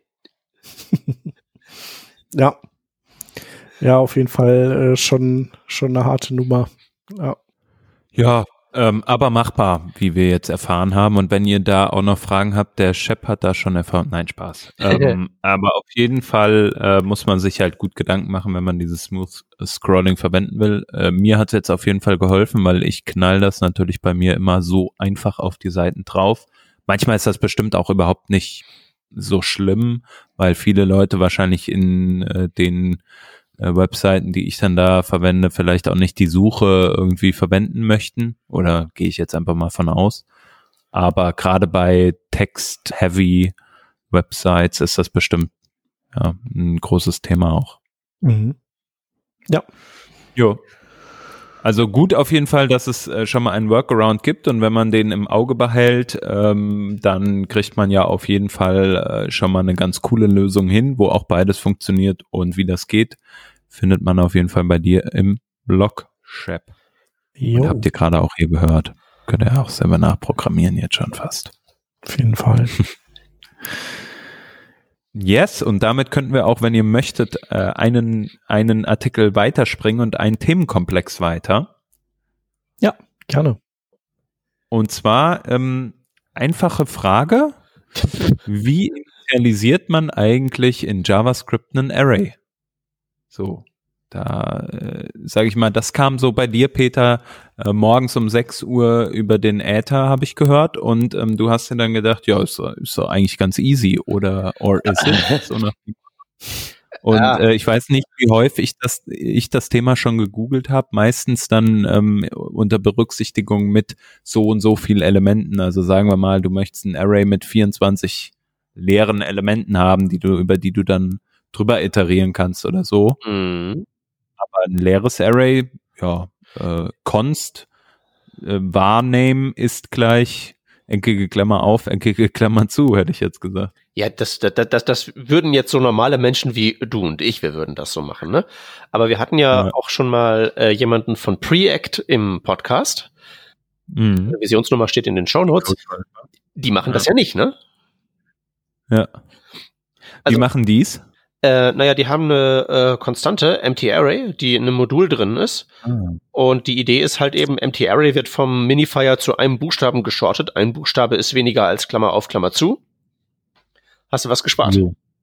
Ja, auf jeden Fall schon eine harte Nummer. Ja, Aber machbar, wie wir jetzt erfahren haben. Und wenn ihr da auch noch Fragen habt, der Shep hat da schon erfahren. Nein, Spaß. Aber auf jeden Fall muss man sich halt gut Gedanken machen, wenn man dieses Smooth Scrolling verwenden will. Mir hat es jetzt auf jeden Fall geholfen, weil ich knall das natürlich bei mir immer so einfach auf die Seiten drauf. Manchmal ist das bestimmt auch überhaupt nicht so schlimm, weil viele Leute wahrscheinlich in den Webseiten, die ich dann da verwende, vielleicht auch nicht die Suche irgendwie verwenden möchten, oder gehe ich jetzt einfach mal von aus. Aber gerade bei Text-heavy Websites ist das bestimmt ein großes Thema auch. Mhm. Ja. Jo. Also gut auf jeden Fall, dass es schon mal einen Workaround gibt, und wenn man den im Auge behält, dann kriegt man ja auf jeden Fall schon mal eine ganz coole Lösung hin, wo auch beides funktioniert, und wie das geht, findet man auf jeden Fall bei dir im Blog, Shep. Und habt ihr gerade auch hier gehört. Könnt ihr auch selber nachprogrammieren jetzt schon fast. Auf jeden Fall. Yes, und damit könnten wir auch, wenn ihr möchtet, einen Artikel weiterspringen und einen Themenkomplex weiter. Ja, gerne. Und zwar einfache Frage: Wie initialisiert man eigentlich in JavaScript einen Array? So, da sage ich mal, das kam so bei dir, Peter, morgens um 6 Uhr über den Äther, habe ich gehört, und du hast dir dann gedacht, ja, ist so eigentlich ganz easy, or is it? So nach und ich weiß nicht, wie häufig ich das Thema schon gegoogelt habe, meistens dann unter Berücksichtigung mit so und so viel Elementen. Also sagen wir mal, du möchtest ein Array mit 24 leeren Elementen haben, über die du dann drüber iterieren kannst oder so. Mhm. Aber ein leeres Array, const varname ist gleich eckige Klammer auf, eckige Klammer zu, hätte ich jetzt gesagt. Ja, das würden jetzt so normale Menschen wie du und ich, wir würden das so machen, ne? Aber wir hatten ja auch schon mal jemanden von Preact im Podcast. Mhm. Die Visionsnummer steht in den Shownotes. Die machen das ja nicht, ne? Ja. Wie machen die's? Die haben eine konstante Empty Array, die in einem Modul drin ist. Und die Idee ist halt eben, Empty Array wird vom Minifier zu einem Buchstaben geschortet. Ein Buchstabe ist weniger als Klammer auf, Klammer zu. Hast du was gespart?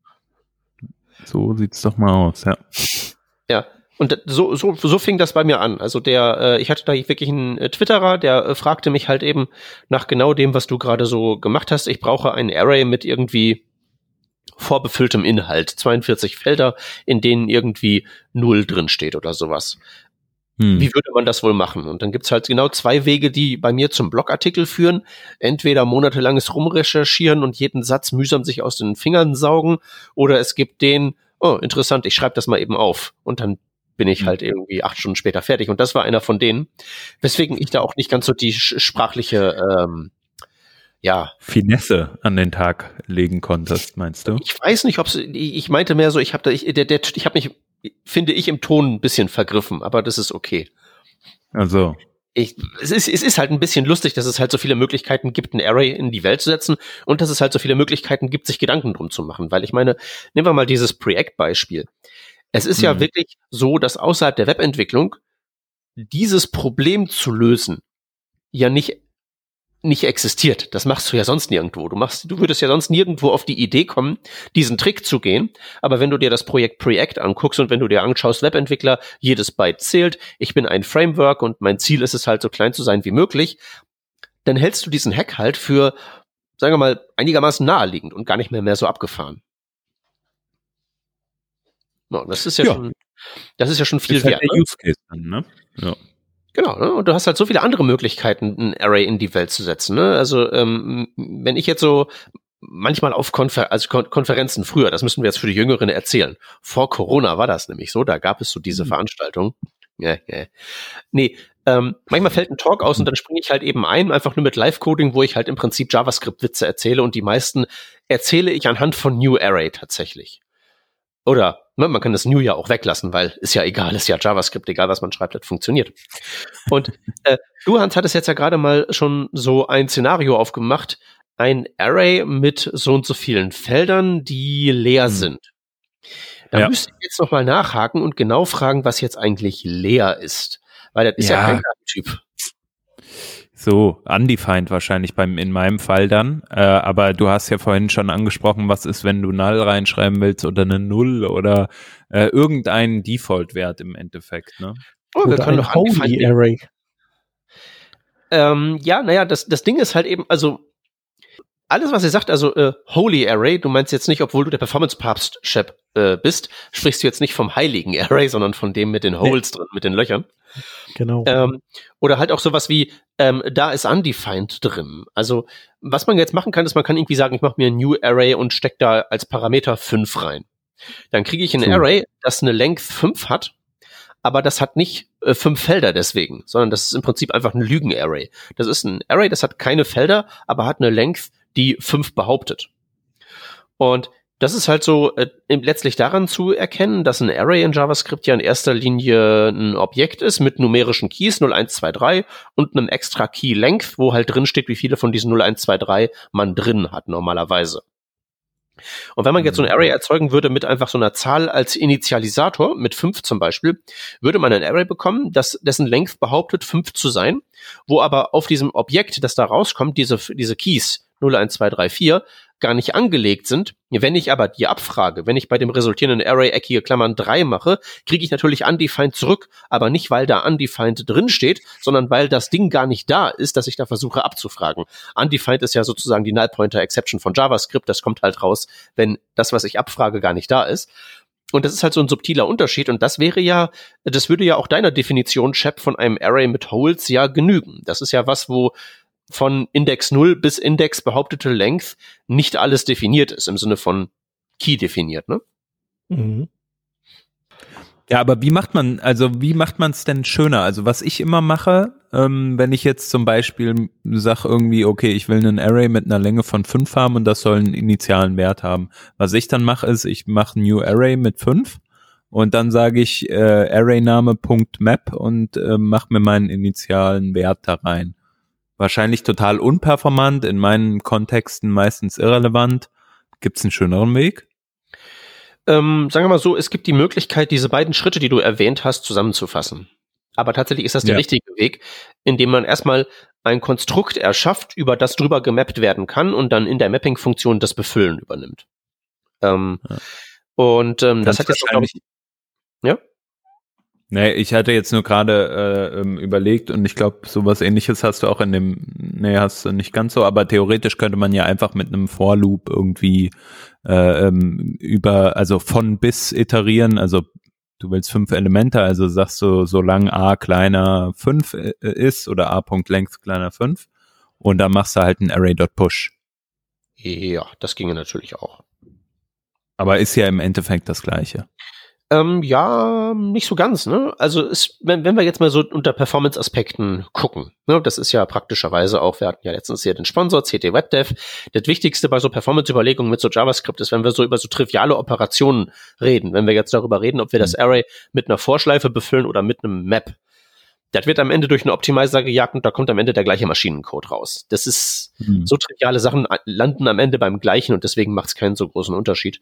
So sieht's doch mal aus, ja. Ja. Und so fing das bei mir an. Also ich hatte da wirklich einen Twitterer, der fragte mich halt eben nach genau dem, was du gerade so gemacht hast. Ich brauche ein Array mit irgendwie vorbefülltem Inhalt, 42 Felder, in denen irgendwie 0 drin steht oder sowas. Wie würde man das wohl machen? Und dann gibt's halt genau 2 Wege, die bei mir zum Blogartikel führen. Entweder monatelanges Rumrecherchieren und jeden Satz mühsam sich aus den Fingern saugen, oder es gibt interessant, ich schreibe das mal eben auf. Und dann bin ich halt irgendwie 8 Stunden später fertig. Und das war einer von denen, weswegen ich da auch nicht ganz so die sprachliche Finesse an den Tag legen konntest, meinst du? Ich weiß nicht, ich meinte mehr so, ich habe mich, finde ich, im Ton ein bisschen vergriffen, aber das ist okay. Also. Es ist halt ein bisschen lustig, dass es halt so viele Möglichkeiten gibt, ein Array in die Welt zu setzen, und dass es halt so viele Möglichkeiten gibt, sich Gedanken drum zu machen. Weil ich meine, nehmen wir mal dieses Preact-Beispiel. Es ist ja wirklich so, dass außerhalb der Webentwicklung dieses Problem zu lösen ja nicht existiert. Das machst du ja sonst nirgendwo. Du würdest ja sonst nirgendwo auf die Idee kommen, diesen Trick zu gehen. Aber wenn du dir das Projekt Preact anguckst und wenn du dir anschaust, Webentwickler, jedes Byte zählt, ich bin ein Framework und mein Ziel ist es halt, so klein zu sein wie möglich, dann hältst du diesen Hack halt für, sagen wir mal, einigermaßen naheliegend und gar nicht mehr so abgefahren. No, das ist ja schon viel wert. Halt der Use Case dann, ne? Ja. Genau, ne? Und du hast halt so viele andere Möglichkeiten, ein Array in die Welt zu setzen. Ne? Also wenn ich jetzt so manchmal auf Konferenzen früher, das müssen wir jetzt für die Jüngeren erzählen. Vor Corona war das nämlich so, da gab es so diese Veranstaltung. Nee, manchmal fällt ein Talk aus und dann springe ich halt eben ein, einfach nur mit Live-Coding, wo ich halt im Prinzip JavaScript-Witze erzähle, und die meisten erzähle ich anhand von New Array tatsächlich. Oder man kann das New ja auch weglassen, weil ist ja egal, ist ja JavaScript, egal was man schreibt, das funktioniert. Und du, Hans, hattest jetzt ja gerade mal schon so ein Szenario aufgemacht, ein Array mit so und so vielen Feldern, die leer sind. Da müsste ich jetzt noch mal nachhaken und genau fragen, was jetzt eigentlich leer ist. Weil das ist ja kein Datentyp. So, undefined wahrscheinlich in meinem Fall dann. Aber du hast ja vorhin schon angesprochen, was ist, wenn du null reinschreiben willst oder eine Null oder irgendeinen Default-Wert im Endeffekt, ne? Oh, wir können noch Holy Array. Das Ding ist halt eben, also alles, was ihr sagt, also Holy Array, du meinst jetzt nicht, obwohl du der Performance-Papst bist, sprichst du jetzt nicht vom heiligen Array, sondern von dem mit den Holes drin, mit den Löchern. Genau. Oder halt auch sowas wie, da ist undefined drin. Also, was man jetzt machen kann, ist, man kann irgendwie sagen, ich mache mir ein New Array und stecke da als Parameter 5 rein. Dann kriege ich ein Array, das eine Length 5 hat, aber das hat nicht 5 Felder deswegen, sondern das ist im Prinzip einfach ein Lügen-Array. Das ist ein Array, das hat keine Felder, aber hat eine Length, die 5 behauptet. Und das ist halt so letztlich daran zu erkennen, dass ein Array in JavaScript ja in erster Linie ein Objekt ist mit numerischen Keys 0, 1, 2, 3 und einem extra Key Length, wo halt drin steht, wie viele von diesen 0, 1, 2, 3 man drin hat normalerweise. Und wenn man jetzt so ein Array erzeugen würde mit einfach so einer Zahl als Initialisator, mit 5 zum Beispiel, würde man ein Array bekommen, dessen Length behauptet 5 zu sein, wo aber auf diesem Objekt, das da rauskommt, diese Keys 0, 1, 2, 3, 4 gar nicht angelegt sind. Wenn ich aber die abfrage, wenn ich bei dem resultierenden Array eckige Klammern 3 mache, kriege ich natürlich undefined zurück, aber nicht, weil da undefined drin steht, sondern weil das Ding gar nicht da ist, dass ich da versuche abzufragen. Undefined ist ja sozusagen die Null-Pointer-Exception von JavaScript, das kommt halt raus, wenn das, was ich abfrage, gar nicht da ist. Und das ist halt so ein subtiler Unterschied und das würde ja auch deiner Definition, Shep, von einem Array mit Holes ja genügen. Das ist ja was, wo von Index 0 bis Index behauptete Length nicht alles definiert ist, im Sinne von Key definiert, ne? Mhm. Ja, aber wie macht man es denn schöner? Also was ich immer mache, wenn ich jetzt zum Beispiel sage irgendwie, okay, ich will einen Array mit einer Länge von 5 haben und das soll einen initialen Wert haben. Was ich dann mache, ist, ich mache ein New Array mit 5 und dann sage ich Arrayname.map und mache mir meinen initialen Wert da rein. Wahrscheinlich total unperformant, in meinen Kontexten meistens irrelevant. Gibt es einen schöneren Weg? Sagen wir mal so, es gibt die Möglichkeit, diese beiden Schritte, die du erwähnt hast, zusammenzufassen. Aber tatsächlich ist das der richtige Weg, indem man erstmal ein Konstrukt erschafft, über das drüber gemappt werden kann und dann in der Mapping-Funktion das Befüllen übernimmt. Das hat jetzt, glaube ich, ja? Nee, ich hatte jetzt nur gerade überlegt und ich glaube, sowas Ähnliches hast du auch hast du nicht ganz so, aber theoretisch könnte man ja einfach mit einem For-Loop irgendwie also von bis iterieren, also du willst 5 Elemente, also sagst du, solange a kleiner 5 ist oder a.length kleiner 5 und dann machst du halt ein Array.push. Ja, das ginge natürlich auch. Aber ist ja im Endeffekt das Gleiche. Ja, nicht so ganz, ne? Also wenn wir jetzt mal so unter Performance-Aspekten gucken, ne, das ist ja praktischerweise auch, wir hatten ja letztens hier den Sponsor, CT WebDev. Das Wichtigste bei so Performance-Überlegungen mit so JavaScript ist, wenn wir so über so triviale Operationen reden, wenn wir jetzt darüber reden, ob wir das Array mit einer Vorschleife befüllen oder mit einem Map. Das wird am Ende durch einen Optimizer gejagt und da kommt am Ende der gleiche Maschinencode raus. Das ist, so triviale Sachen landen am Ende beim gleichen und deswegen macht es keinen so großen Unterschied.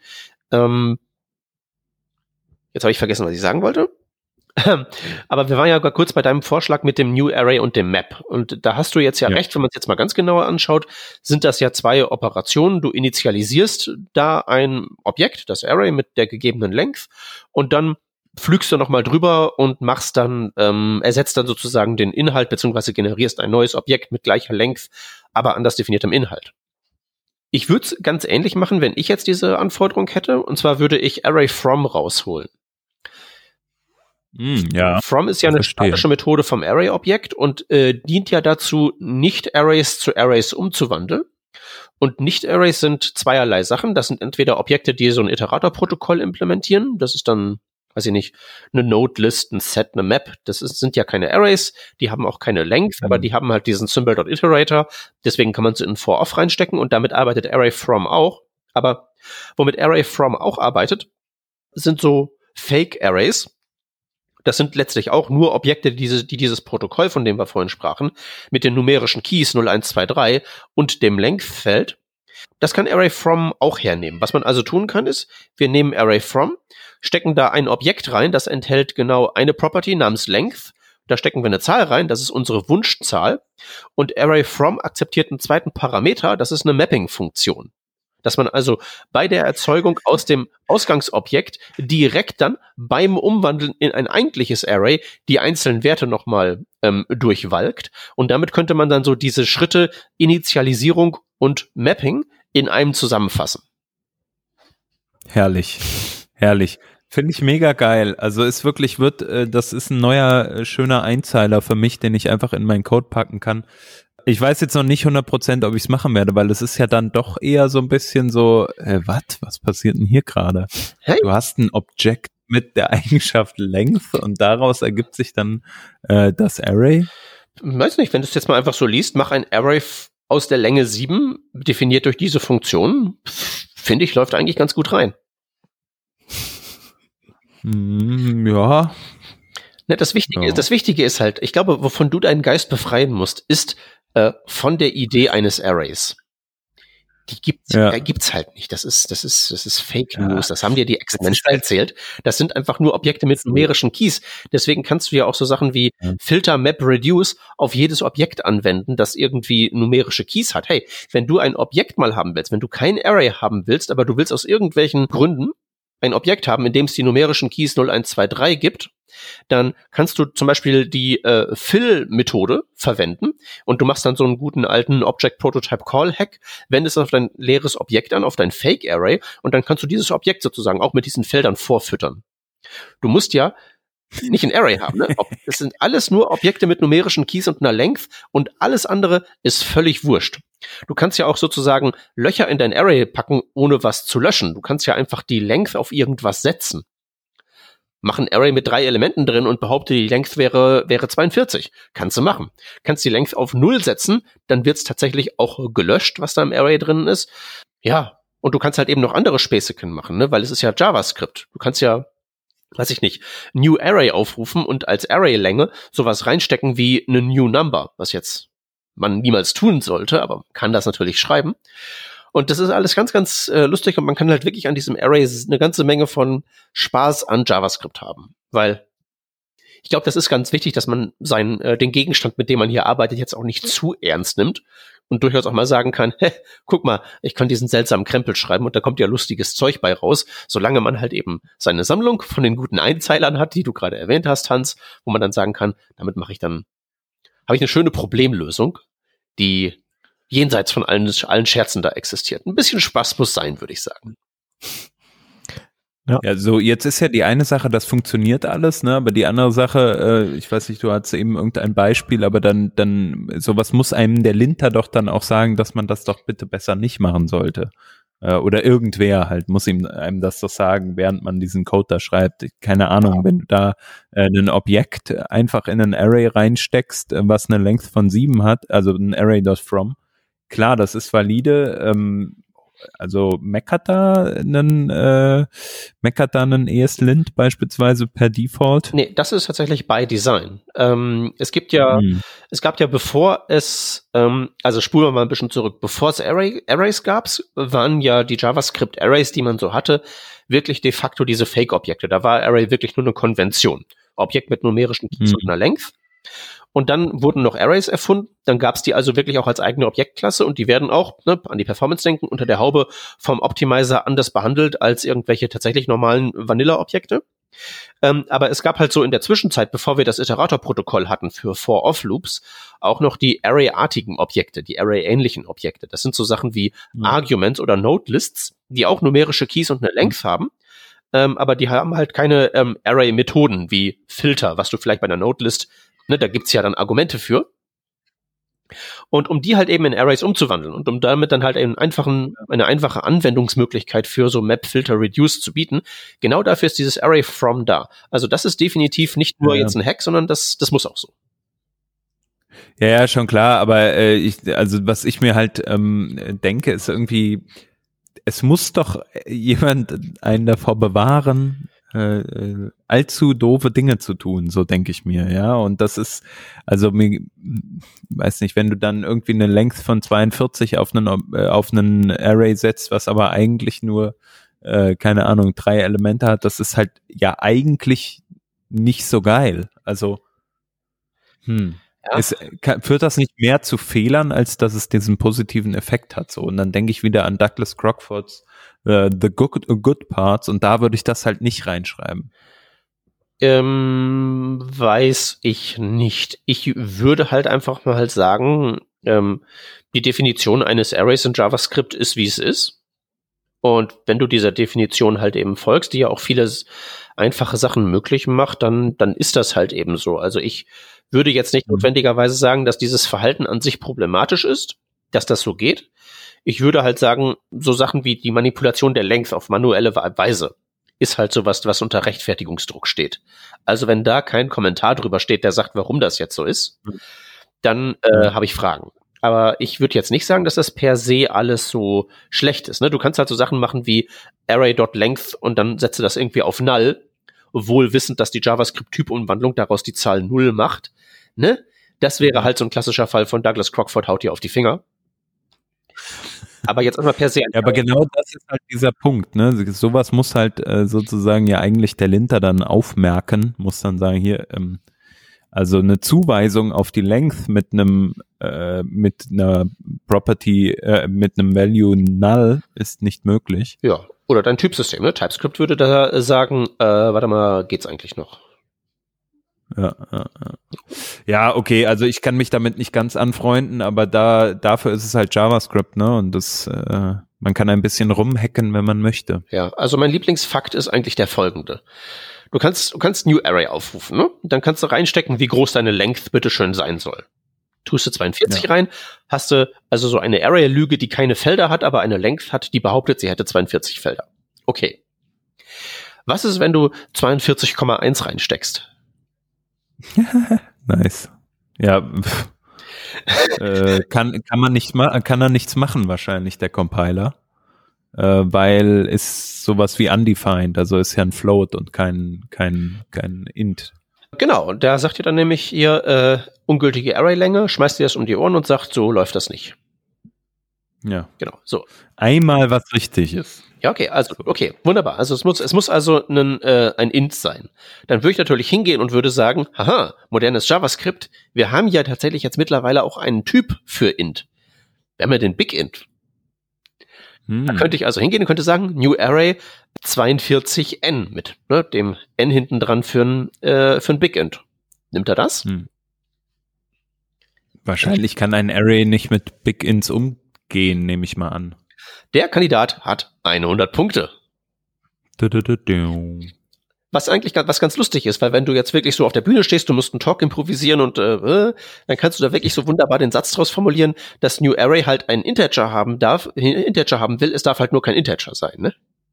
Jetzt habe ich vergessen, was ich sagen wollte. Aber wir waren ja kurz bei deinem Vorschlag mit dem New Array und dem Map. Und da hast du jetzt ja recht, wenn man es jetzt mal ganz genauer anschaut, sind das ja 2 Operationen. Du initialisierst da ein Objekt, das Array mit der gegebenen Length, und dann flügst du nochmal drüber und machst dann, ersetzt dann sozusagen den Inhalt, beziehungsweise generierst ein neues Objekt mit gleicher Length, aber anders definiertem Inhalt. Ich würde es ganz ähnlich machen, wenn ich jetzt diese Anforderung hätte. Und zwar würde ich Array from rausholen. Ja, From ist ja eine statische Methode vom Array-Objekt und dient ja dazu, Nicht-Arrays zu Arrays umzuwandeln. Und Nicht-Arrays sind zweierlei Sachen. Das sind entweder Objekte, die so ein Iterator-Protokoll implementieren. Das ist dann, weiß ich nicht, eine Node-List, ein Set, eine Map. Sind ja keine Arrays, die haben auch keine Length, aber die haben halt diesen Symbol.iterator. Deswegen kann man sie in for-off reinstecken und damit arbeitet Array from auch. Aber womit Array from auch arbeitet, sind so Fake-Arrays. Das sind letztlich auch nur Objekte, die dieses Protokoll, von dem wir vorhin sprachen, mit den numerischen Keys 0, 1, 2, 3 und dem Length-Feld, das kann Array from auch hernehmen. Was man also tun kann, ist, wir nehmen Array from, stecken da ein Objekt rein, das enthält genau eine Property namens Length, da stecken wir eine Zahl rein, das ist unsere Wunschzahl, und ArrayFrom akzeptiert einen zweiten Parameter, das ist eine Mapping-Funktion. Dass man also bei der Erzeugung aus dem Ausgangsobjekt direkt dann beim Umwandeln in ein eigentliches Array die einzelnen Werte nochmal durchwalkt. Und damit könnte man dann so diese Schritte Initialisierung und Mapping in einem zusammenfassen. Herrlich, herrlich. Finde ich mega geil. Also ist wirklich, das ist ein neuer, schöner Einzeiler für mich, den ich einfach in meinen Code packen kann. Ich weiß jetzt noch nicht 100%, ob ich es machen werde, weil es ist ja dann doch eher so ein bisschen so, was passiert denn hier gerade? Hey. Du hast ein Objekt mit der Eigenschaft Length und daraus ergibt sich dann das Array? Weiß nicht, wenn du es jetzt mal einfach so liest, mach ein Array aus der Länge 7, definiert durch diese Funktion, finde ich, läuft eigentlich ganz gut rein. Ja. Ne, das Wichtige ist halt, ich glaube, wovon du deinen Geist befreien musst, ist von der Idee eines Arrays. Die gibt's halt nicht. Das ist Fake News. Das haben dir die Ex-Menschen erzählt. Das sind einfach nur Objekte mit numerischen Keys. Deswegen kannst du ja auch so Sachen wie Filter, Map, Reduce auf jedes Objekt anwenden, das irgendwie numerische Keys hat. Hey, wenn du ein Objekt mal haben willst, wenn du kein Array haben willst, aber du willst aus irgendwelchen Gründen ein Objekt haben, in dem es die numerischen Keys 0, 1, 2, 3 gibt, dann kannst du zum Beispiel die Fill-Methode verwenden und du machst dann so einen guten alten Object-Prototype-Call-Hack, wendest auf dein leeres Objekt an, auf dein Fake-Array und dann kannst du dieses Objekt sozusagen auch mit diesen Feldern vorfüttern. Du musst ja nicht ein Array haben, ne? Das sind alles nur Objekte mit numerischen Keys und einer Length und alles andere ist völlig wurscht. Du kannst ja auch sozusagen Löcher in dein Array packen, ohne was zu löschen. Du kannst ja einfach die Length auf irgendwas setzen. Mach ein Array mit 3 Elementen drin und behaupte, die Length wäre 42. Kannst du machen. Kannst die Length auf 0 setzen, dann wird's tatsächlich auch gelöscht, was da im Array drin ist. Ja, und du kannst halt eben noch andere Späßchen machen, ne? Weil es ist ja JavaScript. Du kannst ja, weiß ich nicht, New Array aufrufen und als Array-Länge sowas reinstecken wie eine New Number, was jetzt man niemals tun sollte, aber kann das natürlich schreiben. Und das ist alles ganz, ganz lustig und man kann halt wirklich an diesem Array eine ganze Menge von Spaß an JavaScript haben. Weil ich glaube, das ist ganz wichtig, dass man den Gegenstand, mit dem man hier arbeitet, jetzt auch nicht zu ernst nimmt und durchaus auch mal sagen kann, guck mal, ich kann diesen seltsamen Krempel schreiben und da kommt ja lustiges Zeug bei raus, solange man halt eben seine Sammlung von den guten Einzeilern hat, die du gerade erwähnt hast, Hans, wo man dann sagen kann, damit habe ich eine schöne Problemlösung, die jenseits von allen Scherzen da existiert. Ein bisschen Spaß muss sein, würde ich sagen. Ja, so jetzt ist ja die eine Sache, das funktioniert alles, ne? Aber die andere Sache, ich weiß nicht, du hattest eben irgendein Beispiel, aber dann sowas muss einem der Linter doch dann auch sagen, dass man das doch bitte besser nicht machen sollte. Oder irgendwer halt muss einem das doch sagen, während man diesen Code da schreibt. Keine Ahnung, wenn du da ein Objekt einfach in ein Array reinsteckst, was eine Length von 7 hat, also ein Array.from, klar, das ist valide, also meckert da einen ESLint beispielsweise per Default? Nee, das ist tatsächlich by Design. Es gab ja, bevor es, also spulen wir mal ein bisschen zurück, bevor es Arrays gab, waren ja die JavaScript-Arrays, die man so hatte, wirklich de facto diese Fake-Objekte. Da war Array wirklich nur eine Konvention. Objekt mit numerischen Keys und einer Length. Und dann wurden noch Arrays erfunden, dann gab es die also wirklich auch als eigene Objektklasse und die werden auch, ne, an die Performance denken, unter der Haube vom Optimizer anders behandelt als irgendwelche tatsächlich normalen Vanilla-Objekte. Aber es gab halt so in der Zwischenzeit, bevor wir das Iterator-Protokoll hatten für For-Off-Loops, auch noch die Array-artigen Objekte, die Array-ähnlichen Objekte. Das sind so Sachen wie Arguments oder Node-Lists, die auch numerische Keys und eine Length haben. Aber die haben halt keine Array-Methoden wie Filter, was du vielleicht bei einer Node-List, ne, da gibt's ja dann Argumente für. Und um die halt eben in Arrays umzuwandeln und um damit dann halt eine einfache Anwendungsmöglichkeit für so Map, Filter, Reduce zu bieten, genau dafür ist dieses ArrayFrom da. Also das ist definitiv nicht nur jetzt ein Hack, sondern das muss auch so. Ja, schon klar, aber also was ich mir halt denke, ist irgendwie, es muss doch jemand einen davor bewahren, allzu doofe Dinge zu tun, so denke ich mir, ja, und das ist, also weiß nicht, wenn du dann irgendwie eine Length von 42 auf einen Array setzt, was aber eigentlich nur, keine Ahnung, 3 Elemente hat, das ist halt ja eigentlich nicht so geil, also Ja. Führt das nicht mehr zu Fehlern, als dass es diesen positiven Effekt hat? So, und dann denke ich wieder an Douglas Crockfords The Good Parts, und da würde ich das halt nicht reinschreiben. Weiß ich nicht. Ich würde halt einfach mal halt sagen, die Definition eines Arrays in JavaScript ist, wie es ist. Und wenn du dieser Definition halt eben folgst, die ja auch viele einfache Sachen möglich macht, dann ist das halt eben so. Also ich würde jetzt nicht notwendigerweise sagen, dass dieses Verhalten an sich problematisch ist, dass das so geht. Ich würde halt sagen, so Sachen wie die Manipulation der Length auf manuelle Weise ist halt sowas, was unter Rechtfertigungsdruck steht. Also wenn da kein Kommentar drüber steht, der sagt, warum das jetzt so ist, dann habe ich Fragen. Aber ich würde jetzt nicht sagen, dass das per se alles so schlecht ist. Ne? Du kannst halt so Sachen machen wie array.length und dann setze das irgendwie auf null, wohl wissend, dass die JavaScript-Typumwandlung daraus die Zahl 0 macht. Ne? Das wäre halt so ein klassischer Fall von Douglas Crockford haut dir auf die Finger. Aber jetzt erstmal per se. Ja, aber genau das ist halt dieser Punkt, ne? Sowas muss halt sozusagen ja eigentlich der Linter dann aufmerken, muss dann sagen, hier, also eine Zuweisung auf die Length mit einer Property, mit einem Value null ist nicht möglich. Ja, oder dein Typsystem, ne? TypeScript würde da sagen, warte mal, geht's eigentlich noch? Ja, okay, also ich kann mich damit nicht ganz anfreunden, aber dafür ist es halt JavaScript, ne? Und das, man kann ein bisschen rumhacken, wenn man möchte. Ja, also mein Lieblingsfakt ist eigentlich der folgende. Du kannst New Array aufrufen, ne? Dann kannst du reinstecken, wie groß deine Length bitteschön sein soll. Tust du 42 rein, hast du also so eine Array-Lüge, die keine Felder hat, aber eine Length hat, die behauptet, sie hätte 42 Felder. Okay. Was ist, wenn du 42,1 reinsteckst? Nice. Ja, kann er nichts machen wahrscheinlich, der Compiler, weil ist sowas wie undefined, also ist ja ein Float und kein Int. Genau, und der sagt dir dann nämlich ihr ungültige Array-Länge, schmeißt dir das um die Ohren und sagt, so läuft das nicht. Ja. Genau, so. Einmal was richtig ist. Ja, okay, wunderbar. Also es muss also ein Int sein. Dann würde ich natürlich hingehen und würde sagen, haha, modernes JavaScript, wir haben ja tatsächlich jetzt mittlerweile auch einen Typ für Int. Wir haben ja den BigInt. Da könnte ich also hingehen und könnte sagen, New Array 42n mit dem n hinten dran für ein BigInt. Nimmt er das? Wahrscheinlich kann ein Array nicht mit BigInts umgehen, nehme ich mal an. Der Kandidat hat 100 Punkte. Was ganz lustig ist, weil wenn du jetzt wirklich so auf der Bühne stehst, du musst einen Talk improvisieren und dann kannst du da wirklich so wunderbar den Satz draus formulieren, dass New Array halt einen Integer haben will, es darf halt nur kein Integer sein, ne?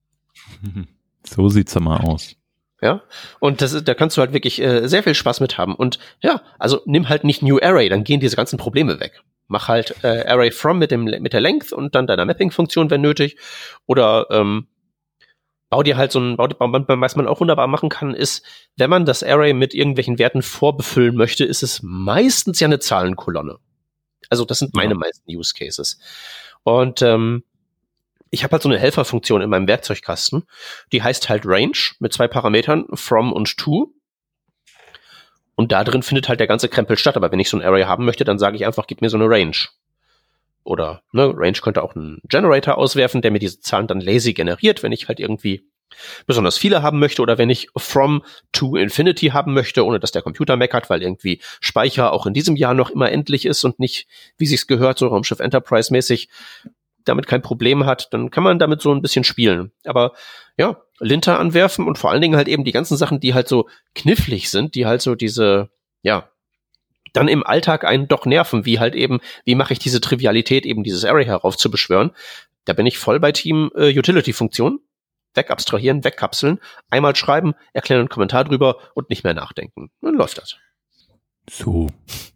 So sieht's ja mal aus. Ja, und da kannst du halt wirklich sehr viel Spaß mit haben. Und ja, also nimm halt nicht New Array, dann gehen diese ganzen Probleme weg. Mach halt Array from mit der Length und dann deiner Mapping-Funktion, wenn nötig. Oder bau dir halt was man auch wunderbar machen kann, ist, wenn man das Array mit irgendwelchen Werten vorbefüllen möchte, ist es meistens ja eine Zahlenkolonne. Also das sind meine meisten Use Cases. Und ich habe halt so eine Helferfunktion in meinem Werkzeugkasten, die heißt halt Range mit 2 Parametern, from und to. Und da drin findet halt der ganze Krempel statt. Aber wenn ich so ein Array haben möchte, dann sage ich einfach, gib mir so eine Range. Oder Range könnte auch einen Generator auswerfen, der mir diese Zahlen dann lazy generiert, wenn ich halt irgendwie besonders viele haben möchte oder wenn ich from to infinity haben möchte, ohne dass der Computer meckert, weil irgendwie Speicher auch in diesem Jahr noch immer endlich ist und nicht, wie sich's gehört, so Raumschiff Enterprise mäßig damit kein Problem hat, dann kann man damit so ein bisschen spielen. Aber ja, Linter anwerfen und vor allen Dingen halt eben die ganzen Sachen, die halt so knifflig sind, die halt so diese, ja, dann im Alltag einen doch nerven, wie halt eben, wie mache ich diese Trivialität, eben dieses Array heraufzubeschwören. Da bin ich voll bei Team Utility-Funktion. Wegabstrahieren, wegkapseln, einmal schreiben, erklären einen Kommentar drüber und nicht mehr nachdenken. Dann läuft das. So.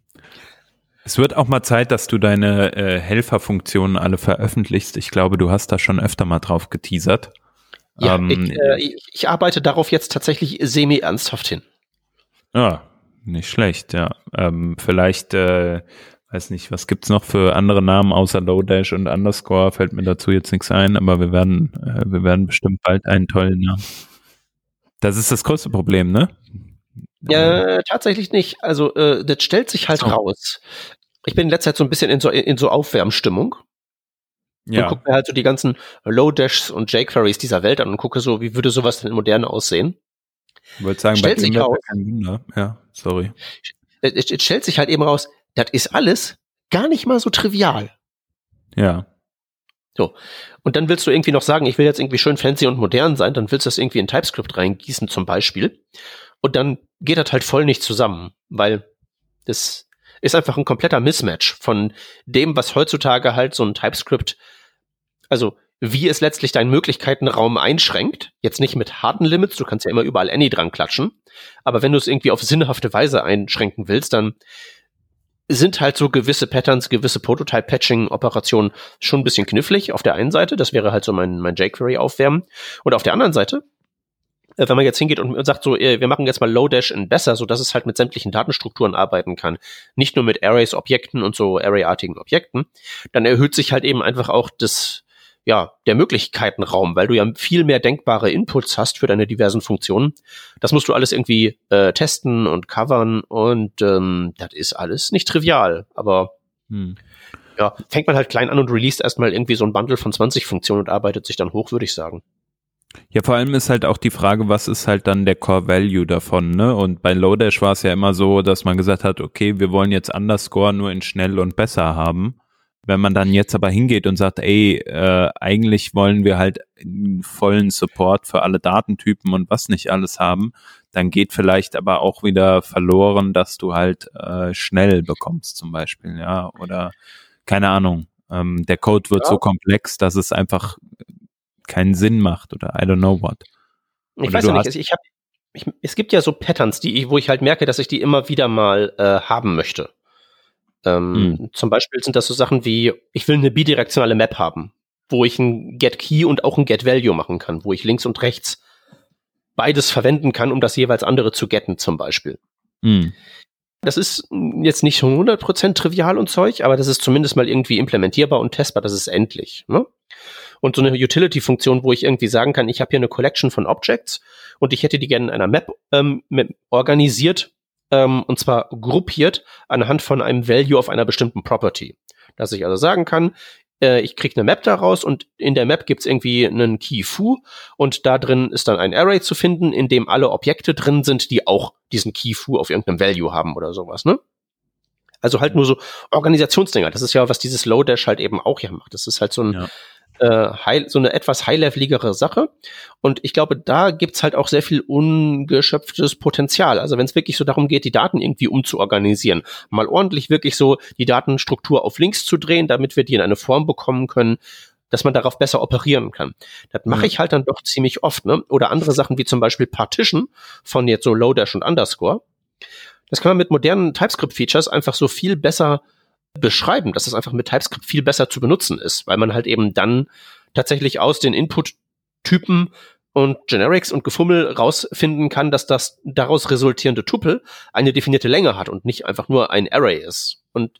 Es wird auch mal Zeit, dass du deine Helferfunktionen alle veröffentlichst. Ich glaube, du hast da schon öfter mal drauf geteasert. Ja, ich arbeite darauf jetzt tatsächlich semi-ernsthaft hin. Ja, nicht schlecht, ja. Vielleicht, weiß nicht, was gibt's noch für andere Namen außer Lodash und Underscore? Fällt mir dazu jetzt nichts ein, aber wir werden bestimmt bald einen tollen Namen. Das ist das größte Problem, ne? Ja, tatsächlich nicht. Also das stellt sich halt raus. Ich bin in letzter Zeit so ein bisschen in so Aufwärmstimmung. Ja. Und gucke mir halt so die ganzen Lodashs und jQueries dieser Welt an und gucke so, wie würde sowas denn in modern aussehen. Ich wollte sagen, stellt sich raus, kein Wunder. Ja, sorry. Es stellt sich halt eben raus, das ist alles gar nicht mal so trivial. Ja. So. Und dann willst du irgendwie noch sagen, ich will jetzt irgendwie schön fancy und modern sein, dann willst du das irgendwie in TypeScript reingießen zum Beispiel. Und dann geht das halt voll nicht zusammen, weil das ist einfach ein kompletter Mismatch von dem, was heutzutage halt so ein TypeScript, also wie es letztlich deinen Möglichkeitenraum einschränkt. Jetzt nicht mit harten Limits, du kannst ja immer überall any dran klatschen. Aber wenn du es irgendwie auf sinnhafte Weise einschränken willst, dann sind halt so gewisse Patterns, gewisse Prototype-Patching-Operationen schon ein bisschen knifflig auf der einen Seite. Das wäre halt so mein jQuery-Aufwärmen. Und auf der anderen Seite, wenn man jetzt hingeht und sagt so, wir machen jetzt mal Lodash in besser, so dass es halt mit sämtlichen Datenstrukturen arbeiten kann, nicht nur mit Arrays, Objekten und so Array-artigen Objekten, dann erhöht sich halt eben einfach auch der Möglichkeitenraum, weil du ja viel mehr denkbare Inputs hast für deine diversen Funktionen. Das musst du alles irgendwie testen und covern und das ist alles nicht trivial, aber ja, fängt man halt klein an und released erstmal irgendwie so ein Bundle von 20 Funktionen und arbeitet sich dann hoch, würde ich sagen. Ja, vor allem ist halt auch die Frage, was ist halt dann der Core Value davon, ne? Und bei Lodash war es ja immer so, dass man gesagt hat, okay, wir wollen jetzt Underscore nur in schnell und besser haben. Wenn man dann jetzt aber hingeht und sagt, eigentlich wollen wir halt vollen Support für alle Datentypen und was nicht alles haben, dann geht vielleicht aber auch wieder verloren, dass du halt schnell bekommst zum Beispiel, ja, oder keine Ahnung. Der Code wird so komplex, dass es einfach keinen Sinn macht oder I don't know what. Ich weiß ja nicht, es gibt ja so Patterns, wo ich halt merke, dass ich die immer wieder mal haben möchte. Zum Beispiel sind das so Sachen wie, ich will eine bidirektionale Map haben, wo ich ein GetKey und auch ein GetValue machen kann, wo ich links und rechts beides verwenden kann, um das jeweils andere zu getten zum Beispiel. Das ist jetzt nicht 100% trivial und Zeug, aber das ist zumindest mal irgendwie implementierbar und testbar, das ist endlich. Ne? Und so eine Utility-Funktion, wo ich irgendwie sagen kann, ich habe hier eine Collection von Objects und ich hätte die gerne in einer Map organisiert, und zwar gruppiert anhand von einem Value auf einer bestimmten Property. Dass ich also sagen kann, ich kriege eine Map daraus und in der Map gibt's irgendwie einen Key Foo und da drin ist dann ein Array zu finden, in dem alle Objekte drin sind, die auch diesen Key Foo auf irgendeinem Value haben oder sowas, ne? Also halt nur so Organisationsdinger. Das ist ja, was dieses Lodash halt eben auch hier macht. Das ist halt so ein so eine etwas high-leveligere Sache. Und ich glaube, da gibt's halt auch sehr viel ungeschöpftes Potenzial. Also wenn es wirklich so darum geht, die Daten irgendwie umzuorganisieren, mal ordentlich wirklich so die Datenstruktur auf links zu drehen, damit wir die in eine Form bekommen können, dass man darauf besser operieren kann. Das mache ich halt dann doch ziemlich oft, ne? Oder andere Sachen wie zum Beispiel Partition von jetzt so Lodash und Underscore. Das kann man mit modernen TypeScript-Features einfach so viel besser beschreiben, dass es einfach mit TypeScript viel besser zu benutzen ist, weil man halt eben dann tatsächlich aus den Input-Typen und Generics und Gefummel rausfinden kann, dass das daraus resultierende Tupel eine definierte Länge hat und nicht einfach nur ein Array ist. Und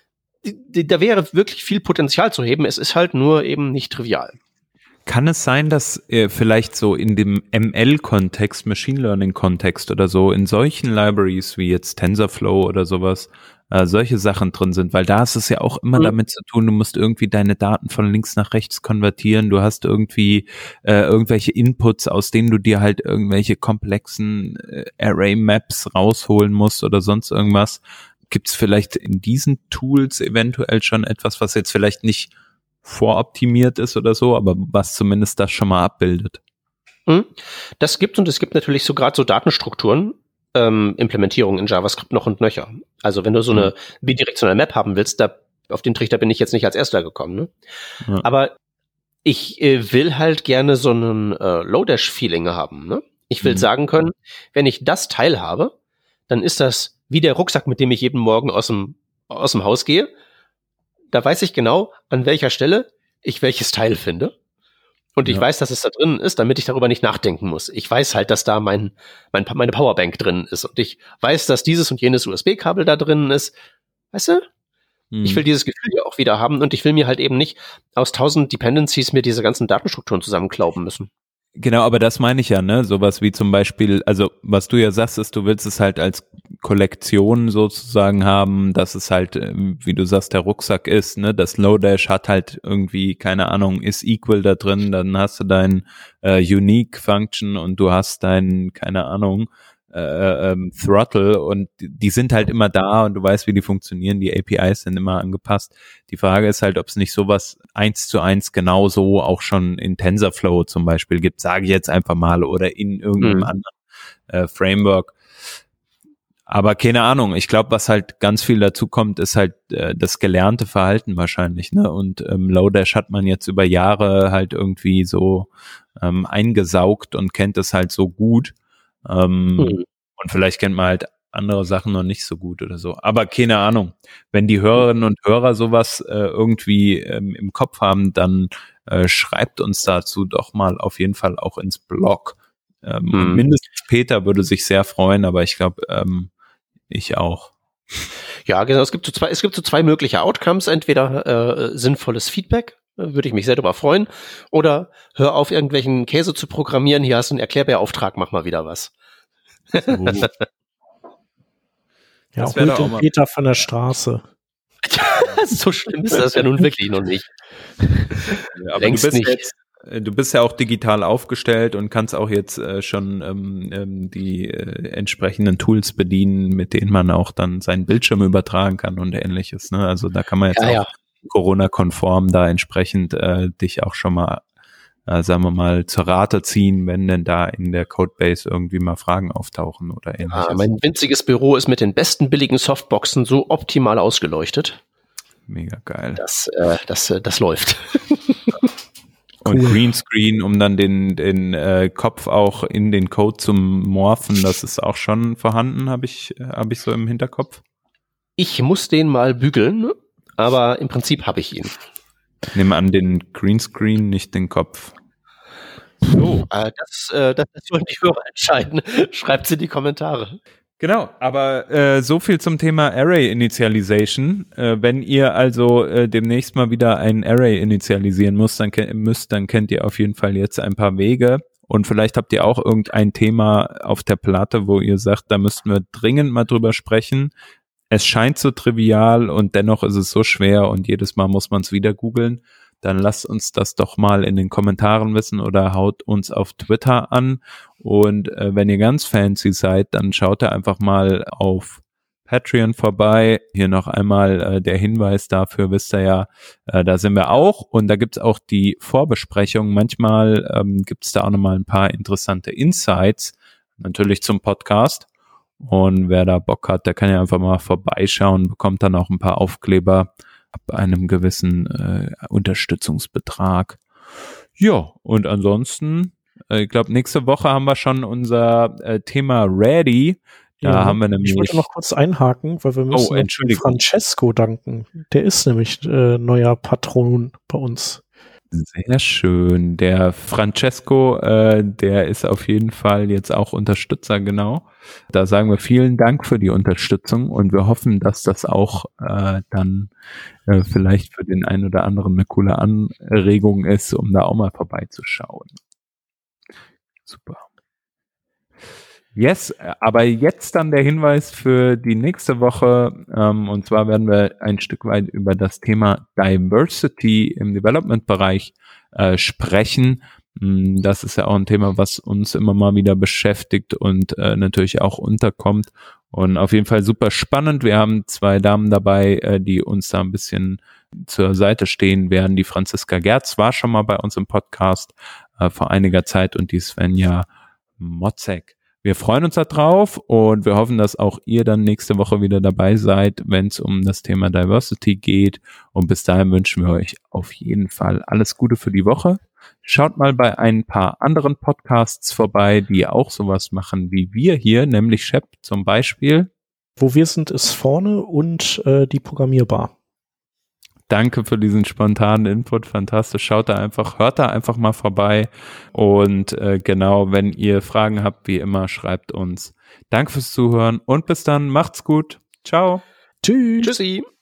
da wäre wirklich viel Potenzial zu heben, es ist halt nur eben nicht trivial. Kann es sein, dass vielleicht so in dem ML-Kontext, Machine Learning-Kontext oder so, in solchen Libraries wie jetzt TensorFlow oder sowas, solche Sachen drin sind, weil da ist es ja auch immer damit zu tun, du musst irgendwie deine Daten von links nach rechts konvertieren, du hast irgendwie irgendwelche Inputs, aus denen du dir halt irgendwelche komplexen Array-Maps rausholen musst oder sonst irgendwas. Gibt es vielleicht in diesen Tools eventuell schon etwas, was jetzt vielleicht nicht voroptimiert ist oder so, aber was zumindest das schon mal abbildet? Das gibt und es gibt natürlich so gerade so Datenstrukturen, Implementierung in JavaScript noch und nöcher. Also wenn du so eine bidirektionale Map haben willst, auf den Trichter bin ich jetzt nicht als erster gekommen. Ne? Ja. Aber ich will halt gerne so einen Lodash-Feeling haben. Ne? Ich will sagen können, wenn ich das Teil habe, dann ist das wie der Rucksack, mit dem ich jeden Morgen aus dem Haus gehe. Da weiß ich genau, an welcher Stelle ich welches Teil finde. Und ich weiß, dass es da drin ist, damit ich darüber nicht nachdenken muss. Ich weiß halt, dass da meine Powerbank drin ist. Und ich weiß, dass dieses und jenes USB-Kabel da drin ist. Weißt du? Ich will dieses Gefühl ja auch wieder haben. Und ich will mir halt eben nicht aus 1000 Dependencies mir diese ganzen Datenstrukturen zusammenklauben müssen. Genau, aber das meine ich ja, ne? Sowas wie zum Beispiel, also was du ja sagst, ist, du willst es halt als Kollektion sozusagen haben, dass es halt, wie du sagst, der Rucksack ist, ne? Das Lodash hat halt irgendwie, keine Ahnung, ist equal da drin, dann hast du dein Unique Function und du hast dein, keine Ahnung, Throttle und die sind halt immer da und du weißt, wie die funktionieren, die APIs sind immer angepasst. Die Frage ist halt, ob es nicht sowas 1:1 genauso auch schon in TensorFlow zum Beispiel gibt, sage ich jetzt einfach mal, oder in irgendeinem anderen Framework. Aber keine Ahnung, ich glaube, was halt ganz viel dazu kommt, ist halt das gelernte Verhalten wahrscheinlich, ne? Und Lodash hat man jetzt über Jahre halt irgendwie so eingesaugt und kennt es halt so gut. Und vielleicht kennt man halt andere Sachen noch nicht so gut oder so. Aber keine Ahnung. Wenn die Hörerinnen und Hörer sowas irgendwie im Kopf haben, dann schreibt uns dazu doch mal auf jeden Fall auch ins Blog. Und mindestens Peter würde sich sehr freuen, aber ich glaube, ich auch. Ja, genau. Es gibt so zwei mögliche Outcomes. Entweder sinnvolles Feedback, würde ich mich sehr darüber freuen, oder hör auf, irgendwelchen Käse zu programmieren. Hier hast du einen Erklärbär-Auftrag, mach mal wieder was. Ja, auch mit dem Peter von der Straße. So schlimm ist das ja nun wirklich noch nicht. Ja, aber du bist ja auch digital aufgestellt und kannst auch jetzt schon die entsprechenden Tools bedienen, mit denen man auch dann seinen Bildschirm übertragen kann und ähnliches. Ne? Also da kann man jetzt auch Corona-konform da entsprechend dich auch schon mal, sagen wir mal, zur Rate ziehen, wenn denn da in der Codebase irgendwie mal Fragen auftauchen oder ähnliches. Ja, mein winziges Büro ist mit den besten billigen Softboxen so optimal ausgeleuchtet. Mega geil. Das läuft. Und Greenscreen, um dann den Kopf auch in den Code zu morphen, das ist auch schon vorhanden, hab ich so im Hinterkopf. Ich muss den mal bügeln, aber im Prinzip habe ich ihn. Nimm an den Greenscreen, nicht den Kopf. So, das sollen die Hörer entscheiden. Schreibt's in die Kommentare. Genau, aber so viel zum Thema Array Initialization. Wenn ihr also demnächst mal wieder ein Array initialisieren müsst, dann kennt ihr auf jeden Fall jetzt ein paar Wege. Und vielleicht habt ihr auch irgendein Thema auf der Platte, wo ihr sagt, da müssten wir dringend mal drüber sprechen. Es scheint so trivial und dennoch ist es so schwer und jedes Mal muss man es wieder googeln. Dann lasst uns das doch mal in den Kommentaren wissen oder haut uns auf Twitter an. Und wenn ihr ganz fancy seid, dann schaut ihr einfach mal auf Patreon vorbei. Hier noch einmal der Hinweis dafür, wisst ihr ja, da sind wir auch. Und da gibt's auch die Vorbesprechung. Manchmal gibt's da auch nochmal ein paar interessante Insights, natürlich zum Podcast. Und wer da Bock hat, der kann ja einfach mal vorbeischauen, bekommt dann auch ein paar Aufkleber ab einem gewissen Unterstützungsbetrag. Ja, und ansonsten, ich glaube, nächste Woche haben wir schon unser Thema ready. Da haben wir nämlich. Ich wollte noch kurz einhaken, weil wir müssen Francesco danken. Der ist nämlich neuer Patron bei uns. Sehr schön. Der Francesco, der ist auf jeden Fall jetzt auch Unterstützer, genau. Da sagen wir vielen Dank für die Unterstützung und wir hoffen, dass das auch dann vielleicht für den einen oder anderen eine coole Anregung ist, um da auch mal vorbeizuschauen. Super. Yes, aber jetzt dann der Hinweis für die nächste Woche, und zwar werden wir ein Stück weit über das Thema Diversity im Development-Bereich sprechen. Das ist ja auch ein Thema, was uns immer mal wieder beschäftigt und natürlich auch unterkommt. Und auf jeden Fall super spannend. Wir haben 2 Damen dabei, die uns da ein bisschen zur Seite stehen werden. Die Franziska Gerz war schon mal bei uns im Podcast vor einiger Zeit und die Svenja Motzek. Wir freuen uns da drauf und wir hoffen, dass auch ihr dann nächste Woche wieder dabei seid, wenn es um das Thema Diversity geht. Und bis dahin wünschen wir euch auf jeden Fall alles Gute für die Woche. Schaut mal bei ein paar anderen Podcasts vorbei, die auch sowas machen wie wir hier, nämlich Shep zum Beispiel. Wo wir sind, ist vorne und die Programmierbar. Danke für diesen spontanen Input, fantastisch. Hört da einfach mal vorbei und genau, wenn ihr Fragen habt, wie immer, schreibt uns. Danke fürs Zuhören und bis dann, macht's gut. Ciao. Tschüss. Tschüssi.